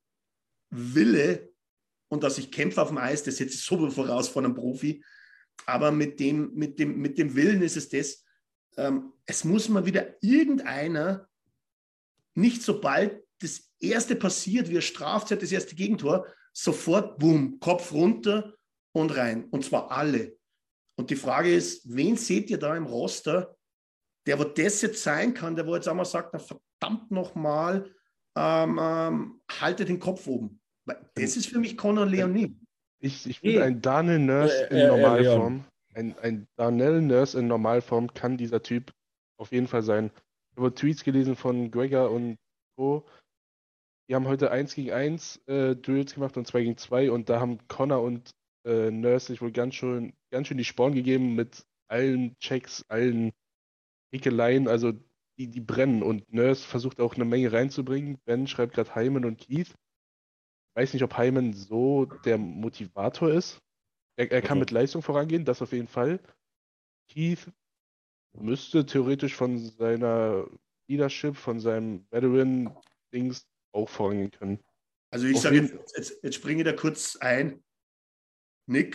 Wille und dass ich kämpfe auf dem Eis, das setze ich so voraus von einem Profi, aber mit dem, mit dem, mit dem Willen ist es das, ähm, es muss mal wieder irgendeiner, nicht sobald das erste passiert, wie eine Strafzeit, das erste Gegentor, sofort, boom, Kopf runter und rein. Und zwar alle. Und die Frage ist, wen seht ihr da im Roster, der, wo das jetzt sein kann, der, wo jetzt einmal sagt, na verdammt nochmal, ähm, ähm, haltet den Kopf oben. Weil das ist für mich Conor Leonie. ich, ich finde, ein Daniel Nurse Äh, in äh, äh, Normalform, ein, ein Darnell Nurse in Normalform kann dieser Typ auf jeden Fall sein. Ich habe Tweets gelesen von Gregor und Co. Die haben heute eins gegen eins äh, Duels gemacht und zwei gegen zwei und da haben Connor und äh, Nurse sich wohl ganz schön, ganz schön die Sporen gegeben mit allen Checks, allen Hickeleien, also die, die brennen und Nurse versucht auch eine Menge reinzubringen. Ben schreibt gerade Hyman und Keith. Weiß nicht, ob Hyman so der Motivator ist. Er, er kann Also- mit Leistung vorangehen, das auf jeden Fall. Keith müsste theoretisch von seiner Leadership, von seinem Veteran-Dings auch vorangehen können. Also ich Auf sage jeden- jetzt, jetzt, jetzt springe ich da kurz ein. Nick,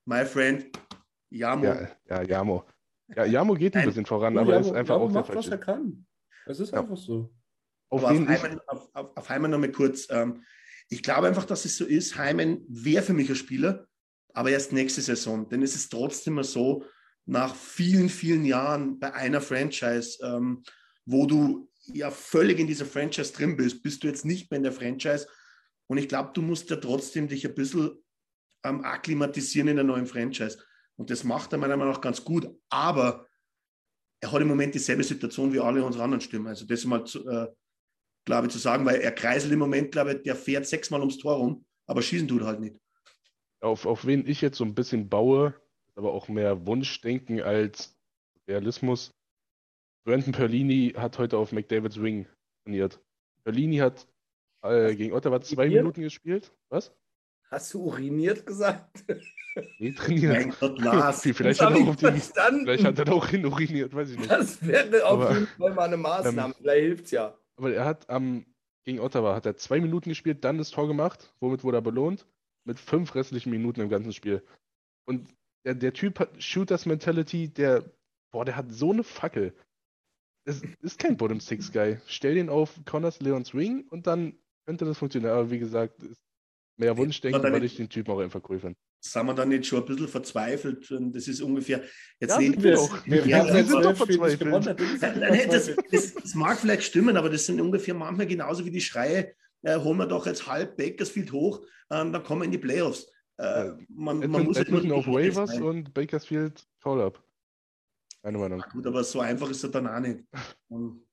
my friend, Jamo. Ja, ja, Jamo. Ja, Jamo geht ein Nein. bisschen voran, Ja, aber er ist Jamo- einfach Jamo auch der macht, was er Falsche. kann. Es ist Ja. einfach so. Auf Aber auf wen ich, Heimann, auf, auf, auf Heimann noch mal kurz. Ähm, ich glaube einfach, dass es so ist. Heimann wäre für mich ein Spieler, aber erst nächste Saison. Denn es ist trotzdem mal so, nach vielen, vielen Jahren bei einer Franchise, ähm, wo du ja völlig in dieser Franchise drin bist, bist du jetzt nicht mehr in der Franchise. Und ich glaube, du musst ja trotzdem dich ein bisschen ähm, akklimatisieren in der neuen Franchise. Und das macht er meiner Meinung nach ganz gut. Aber er hat im Moment dieselbe Situation wie alle unsere anderen Stimmen. Also das mal, zu, äh, glaube ich, zu sagen, weil er kreiselt im Moment, glaube ich, der fährt sechsmal ums Tor rum, aber schießen tut er halt nicht. auf, auf wen ich jetzt so ein bisschen baue, aber auch mehr Wunschdenken als Realismus. Brandon Perlini hat heute auf McDavids Wing trainiert. Perlini hat äh, gegen Ottawa zwei Uriniert? Minuten gespielt. Was? Hast du uriniert gesagt? Nee, trainiert. Mein Gott, Lars. Vielleicht Das hat hab er ich auch auf den, verstanden. vielleicht hat er auch hin uriniert, weiß ich nicht. Das wäre auf Aber, jeden Fall mal eine Maßnahme. ähm, Vielleicht hilft es ja. Aber er hat am gegen Ottawa hat er zwei Minuten gespielt, dann das Tor gemacht. Womit wurde er belohnt? Mit fünf restlichen Minuten im ganzen Spiel. Und der, der Typ hat Shooters Mentality, der, boah, der hat so eine Fackel. Es ist kein Bottom Six Guy. Stell den auf Connors Leons Wing und dann könnte das funktionieren. Aber wie gesagt, ist mehr Wunschdenken, dann weil nicht- ich den Typen auch einfach cool finde. Sind wir dann nicht schon ein bisschen verzweifelt? Und das ist ungefähr. Jetzt Ja, nicht, sind wir das- doch. Wir, Wir- Ja, wir wir sind sind doch doch verzweifelt. gewonnen. Natürlich sind wir Nein, nein, das, verzweifelt. das, das mag vielleicht stimmen, aber das sind ungefähr manchmal genauso wie die Schreie, äh, holen wir doch jetzt halb Bakersfield hoch, ähm, dann kommen wir in die Playoffs. Äh, Ja. man, man Edmonton, muss halt nur Edmonton auf ehrlich Waivers sein. und Bakersfield Call-Up. Meine Meinung. Gut, aber so einfach ist er dann auch nicht. Und-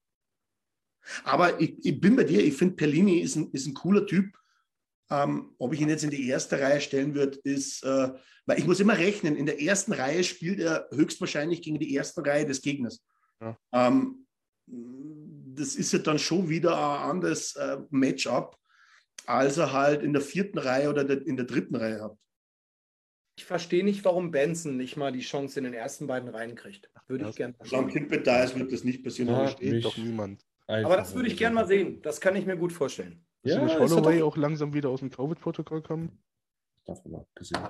Aber ich, ich bin bei dir, ich finde, Perlini ist ein, ist ein cooler Typ. Ähm, ob ich ihn jetzt in die erste Reihe stellen würde, ist, äh, weil ich muss immer rechnen, in der ersten Reihe spielt er höchstwahrscheinlich gegen die erste Reihe des Gegners. Ja. Ähm, das ist ja dann schon wieder ein anderes äh, Matchup, als er halt in der vierten Reihe oder der, in der dritten Reihe hat. Ich verstehe nicht, warum Benson nicht mal die Chance in den ersten beiden Reihen kriegt. Würde Ja, ich gerne Solange verstehen. Tippett da ist, wird das nicht passieren. Ja. aber Steht mich- doch niemand. Aber das würde ich gerne mal sehen. Das kann ich mir gut vorstellen. Ist Ja, nicht es hat Holloway doch- auch langsam wieder aus dem Covid-Protokoll kommen? Davon abgesehen.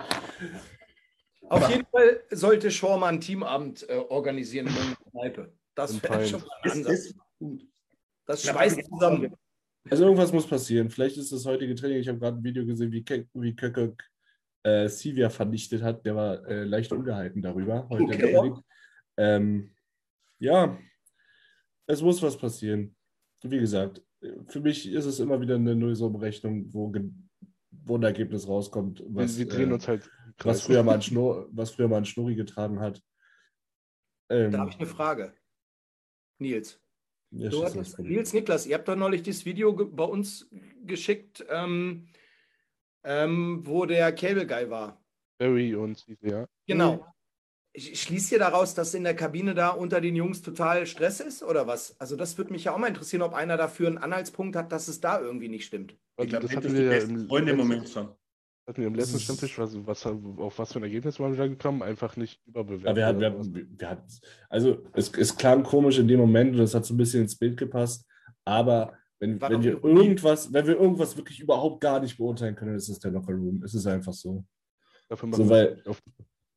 Auf jeden Fall sollte Shaw mal einen Teamabend äh, organisieren in der Kneipe. Das Im wäre Feind. schon mal ein Das, Ansatz. das ist gut. Das Ja, schweißt aber- zusammen. Also irgendwas muss passieren. Vielleicht ist das heutige Training, ich habe gerade ein Video gesehen, wie, Ke wie Kökök äh, Sivia vernichtet hat. Der war äh, leicht ungehalten darüber. Heute im Okay. Training. Ähm, ja, es muss was passieren. Wie gesagt, für mich ist es immer wieder eine Nullsummenrechnung, wo, ge- wo ein Ergebnis rauskommt, was, wir, wir drehen äh, uns halt im was, Kreis. früher mal ein Schnur, was früher mal ein Schnurri getragen hat. Ähm, Da habe ich eine Frage. Nils. ja, Du schieß hattest, los. Nils Niklas, ihr habt doch neulich das Video ge bei uns geschickt, ähm, ähm, wo der Cable Guy war. Barry und Cece, ja. Genau. Ich schließe ihr daraus, dass in der Kabine da unter den Jungs total Stress ist oder was? Also das würde mich ja auch mal interessieren, ob einer dafür einen Anhaltspunkt hat, dass es da irgendwie nicht stimmt. Ich Also glaube das nicht, hatten dass wir die ja besten im Freunde im letzten, Moment sind. hatten wir im letzten Stammtisch, was, was, auf was für ein Ergebnis waren wir da gekommen? Einfach nicht überbewertet. Aber wir hatten, wir, oder was? hatten, wir hatten, also es, es klang komisch in dem Moment und es hat so ein bisschen ins Bild gepasst, aber wenn, War wenn doch wir Ironie. irgendwas, wenn wir irgendwas wirklich überhaupt gar nicht beurteilen können, ist es der Locker Room. Es ist einfach so. Dafür So, machen weil- wir auf,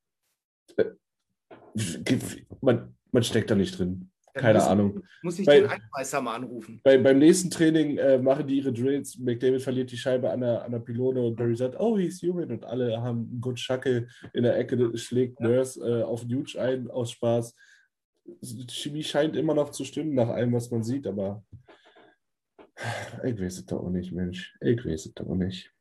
Man, man steckt da nicht drin. Dann Keine muss, Ahnung. Muss ich Weil- den Einmeister mal anrufen. Bei, beim nächsten Training äh, machen die ihre Drills. McDavid verliert die Scheibe an der, an der Pylone und Barry sagt, oh, he's human. Und alle haben einen Good Schacke in der Ecke, schlägt Nurse äh, auf Nuge ein, aus Spaß. Die Chemie scheint immer noch zu stimmen, nach allem, was man sieht, aber ich weiß es doch auch nicht, Mensch. Ich weiß es doch auch nicht.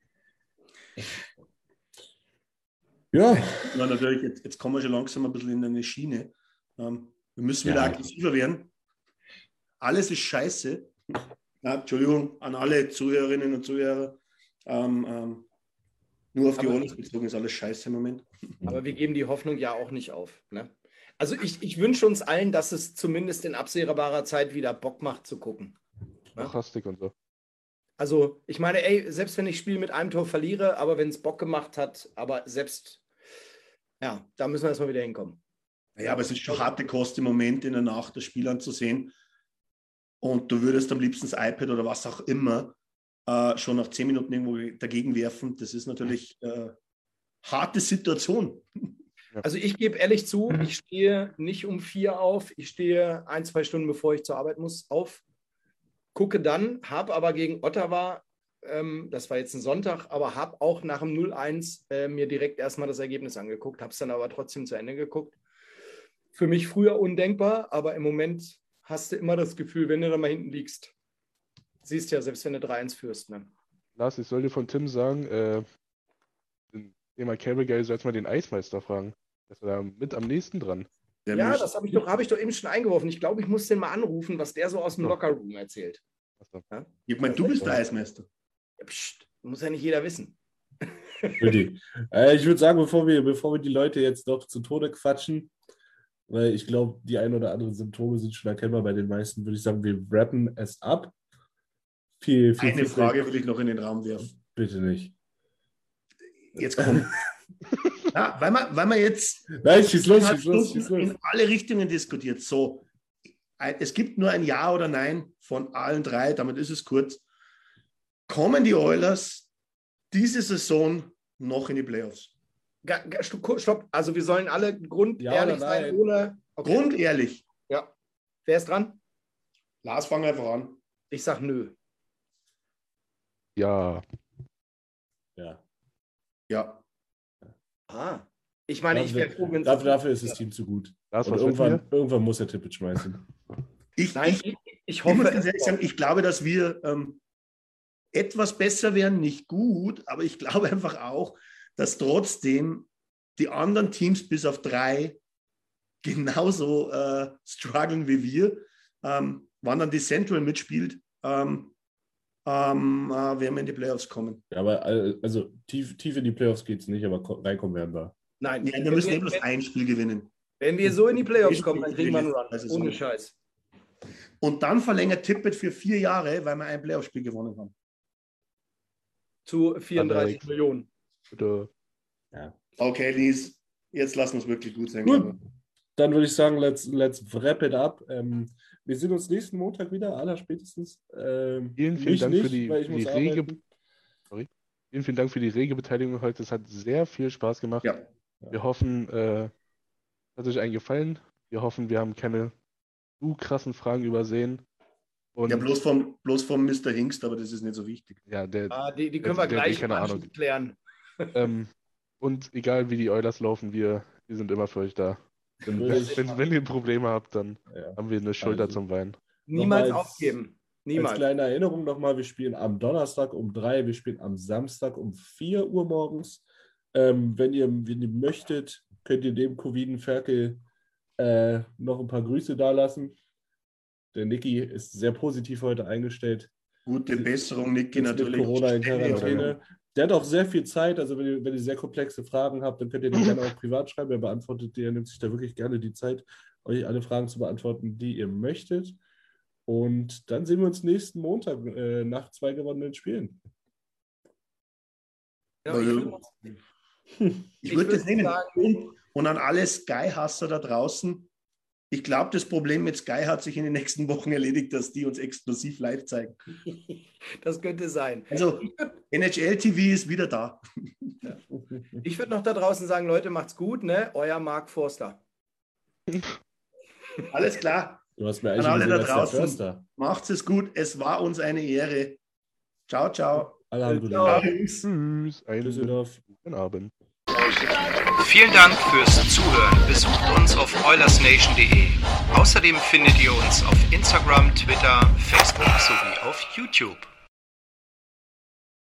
Ja, Ja, natürlich, jetzt, jetzt kommen wir schon langsam ein bisschen in eine Schiene. Ähm, wir müssen wieder Ja. aggressiver werden. Alles ist scheiße. Ja, Entschuldigung an alle Zuhörerinnen und Zuhörer. Ähm, ähm, nur auf die Aber- Ohren bezogen ist alles scheiße im Moment. Aber wir geben die Hoffnung ja auch nicht auf. Ne? Also ich, ich wünsche uns allen, dass es zumindest in absehbarer Zeit wieder Bock macht zu gucken. Ja. Stochastik und so. Also ich meine, ey, selbst wenn ich Spiel mit einem Tor verliere, aber wenn es Bock gemacht hat, aber selbst, ja, da müssen wir erstmal wieder hinkommen. Ja, aber es ist schon harte Kost im Moment in der Nacht das Spiel anzusehen. Und du würdest am liebsten das iPad oder was auch immer äh, schon nach zehn Minuten irgendwo dagegen werfen. Das ist natürlich äh, harte Situation. Also ich gebe ehrlich zu, ich stehe nicht um vier auf, ich stehe ein, zwei Stunden, bevor ich zur Arbeit muss, auf, gucke dann, habe aber gegen Ottawa, ähm, das war jetzt ein Sonntag, aber habe auch nach dem null eins äh, mir direkt erstmal das Ergebnis angeguckt, habe es dann aber trotzdem zu Ende geguckt. Für mich früher undenkbar, aber im Moment hast du immer das Gefühl, wenn du da mal hinten liegst, siehst ja, selbst wenn du drei eins führst. Ne? Lars, ich soll dir von Tim sagen, äh, zum Thema Cable Guy sollst du mal den Eismeister fragen. Der ist da mit am nächsten dran. Der Ja, müsste- das habe ich, doch- hab ich doch eben schon eingeworfen. Ich glaube, ich muss den mal anrufen, was der so aus dem Ja. Lockerroom erzählt. Achso. Ja? Ich meine, du bist der Eismeister. Ja, pst, muss ja nicht jeder wissen. Rüdi. Äh, ich würde sagen, bevor wir, bevor wir die Leute jetzt noch zu Tode quatschen, weil ich glaube, die ein oder anderen Symptome sind schon erkennbar bei den meisten, würde ich sagen, wir wrappen es ab. Viel, viel, Eine viel Frage will ich noch in den Raum werfen. Bitte nicht. Jetzt kommt. Ja, weil man, weil man jetzt Nein, schieß los, hat schieß los, schieß los. in alle Richtungen diskutiert. So, ein- es gibt nur ein Ja oder Nein von allen drei, damit ist es kurz. Kommen die Oilers diese Saison noch in die Playoffs? Ga- ga- stu- Stopp, also wir sollen alle grundehrlich oder sein, nein? ohne... Okay. Grundehrlich. Ja. Wer ist dran? Lars, fang einfach an. Ich sag nö. Ja, Ja. Ja. Ah. Ich meine, ich wäre froh, wenn dafür, dafür ist das Team zu gut. Lars, Und was mit irgendwann, mir? irgendwann muss er Tippett schmeißen. Ich, Nein, ich, ich, ich ich hoffe, muss es ganz ehrlich sagen, ich glaube, dass wir ähm, etwas besser werden, nicht gut, aber ich glaube einfach auch, dass trotzdem die anderen Teams bis auf drei genauso äh, strugglen wie wir. Ähm, wann dann die Central mitspielt, ähm, ähm, äh, werden wir in die Playoffs kommen. Ja, aber äh, also tief, tief in die Playoffs geht es nicht, aber ko- reinkommen werden wir. Nein, Ja, wir wenn, müssen eh wir, bloß wenn, ein Spiel gewinnen. wenn wir so in die Playoffs kommen, dann kriegen wir einen Run. Das ist Ohne so. Scheiß. Und dann verlängert Tippett für vier Jahre, weil wir ein Playoff-Spiel gewonnen haben. Zu vierunddreißig Alex. Millionen. Bitte. Okay, Lies, jetzt lassen wir es wirklich gut sein. Gut. glaube ich. Dann würde ich sagen, let's, let's wrap it up. Ähm, wir sehen uns nächsten Montag wieder, allerspätestens. Ähm, Vielen, vielen mich Dank nicht, für die, weil ich für die muss rege, arbeiten. vielen, vielen Dank für die rege Beteiligung heute. Es hat sehr viel Spaß gemacht. Ja. Wir hoffen, äh, es hat euch einen gefallen. Wir hoffen, wir haben keine zu krassen Fragen übersehen. Und Ja, bloß vom, bloß vom Mister Hingst, aber das ist nicht so wichtig. ja, der, Ah, die, die können Der- wir der- der- gleich keine im Ahnung. Anschluss klären. ähm, und egal wie die Oilers laufen, wir, wir sind immer für euch da. Wenn, Würde wenn, ich- wenn, wenn ihr Probleme habt, dann Ja. haben wir eine Schulter Also, zum Weinen. Niemals Nochmal als- aufgeben. Als Niemals. kleine Erinnerung nochmal, wir spielen am Donnerstag um drei, wir spielen am Samstag um vier Uhr morgens. Ähm, wenn, ihr, wenn ihr möchtet, könnt ihr dem Coviden-Ferkel äh, noch ein paar Grüße dalassen. Der Niki ist sehr positiv heute eingestellt. Gute Besserung, Niki, Jetzt mit natürlich. Corona in Ständig. Quarantäne. Der hat auch sehr viel Zeit, also wenn ihr, wenn ihr sehr komplexe Fragen habt, dann könnt ihr den gerne auch privat schreiben. Er beantwortet die, er nimmt sich da wirklich gerne die Zeit, euch alle Fragen zu beantworten, die ihr möchtet. Und dann sehen wir uns nächsten Montag äh, nach zwei gewonnenen Spielen. Ja, ich Also, würd- Ich Ich würde würd das nehmen. sagen- Und, und an alle Sky-Hasser da draußen, ich glaube, das Problem mit Sky hat sich in den nächsten Wochen erledigt, dass die uns exklusiv live zeigen. das könnte sein. Also N H L T V ist wieder da. Ich würde noch da draußen sagen, Leute, macht's gut, ne? Euer Mark Forster. Alles klar. Du hast mir An eigentlich alle gesehen da als der draußen. Förster. Macht's es gut. Es war uns eine Ehre. Ciao, ciao. Alhamdulillah. Tschüss, einen Düsseldorf. guten Abend. Vielen Dank fürs Zuhören. Besucht uns auf oilers nation punkt de. Außerdem findet ihr uns auf Instagram, Twitter, Facebook sowie auf YouTube.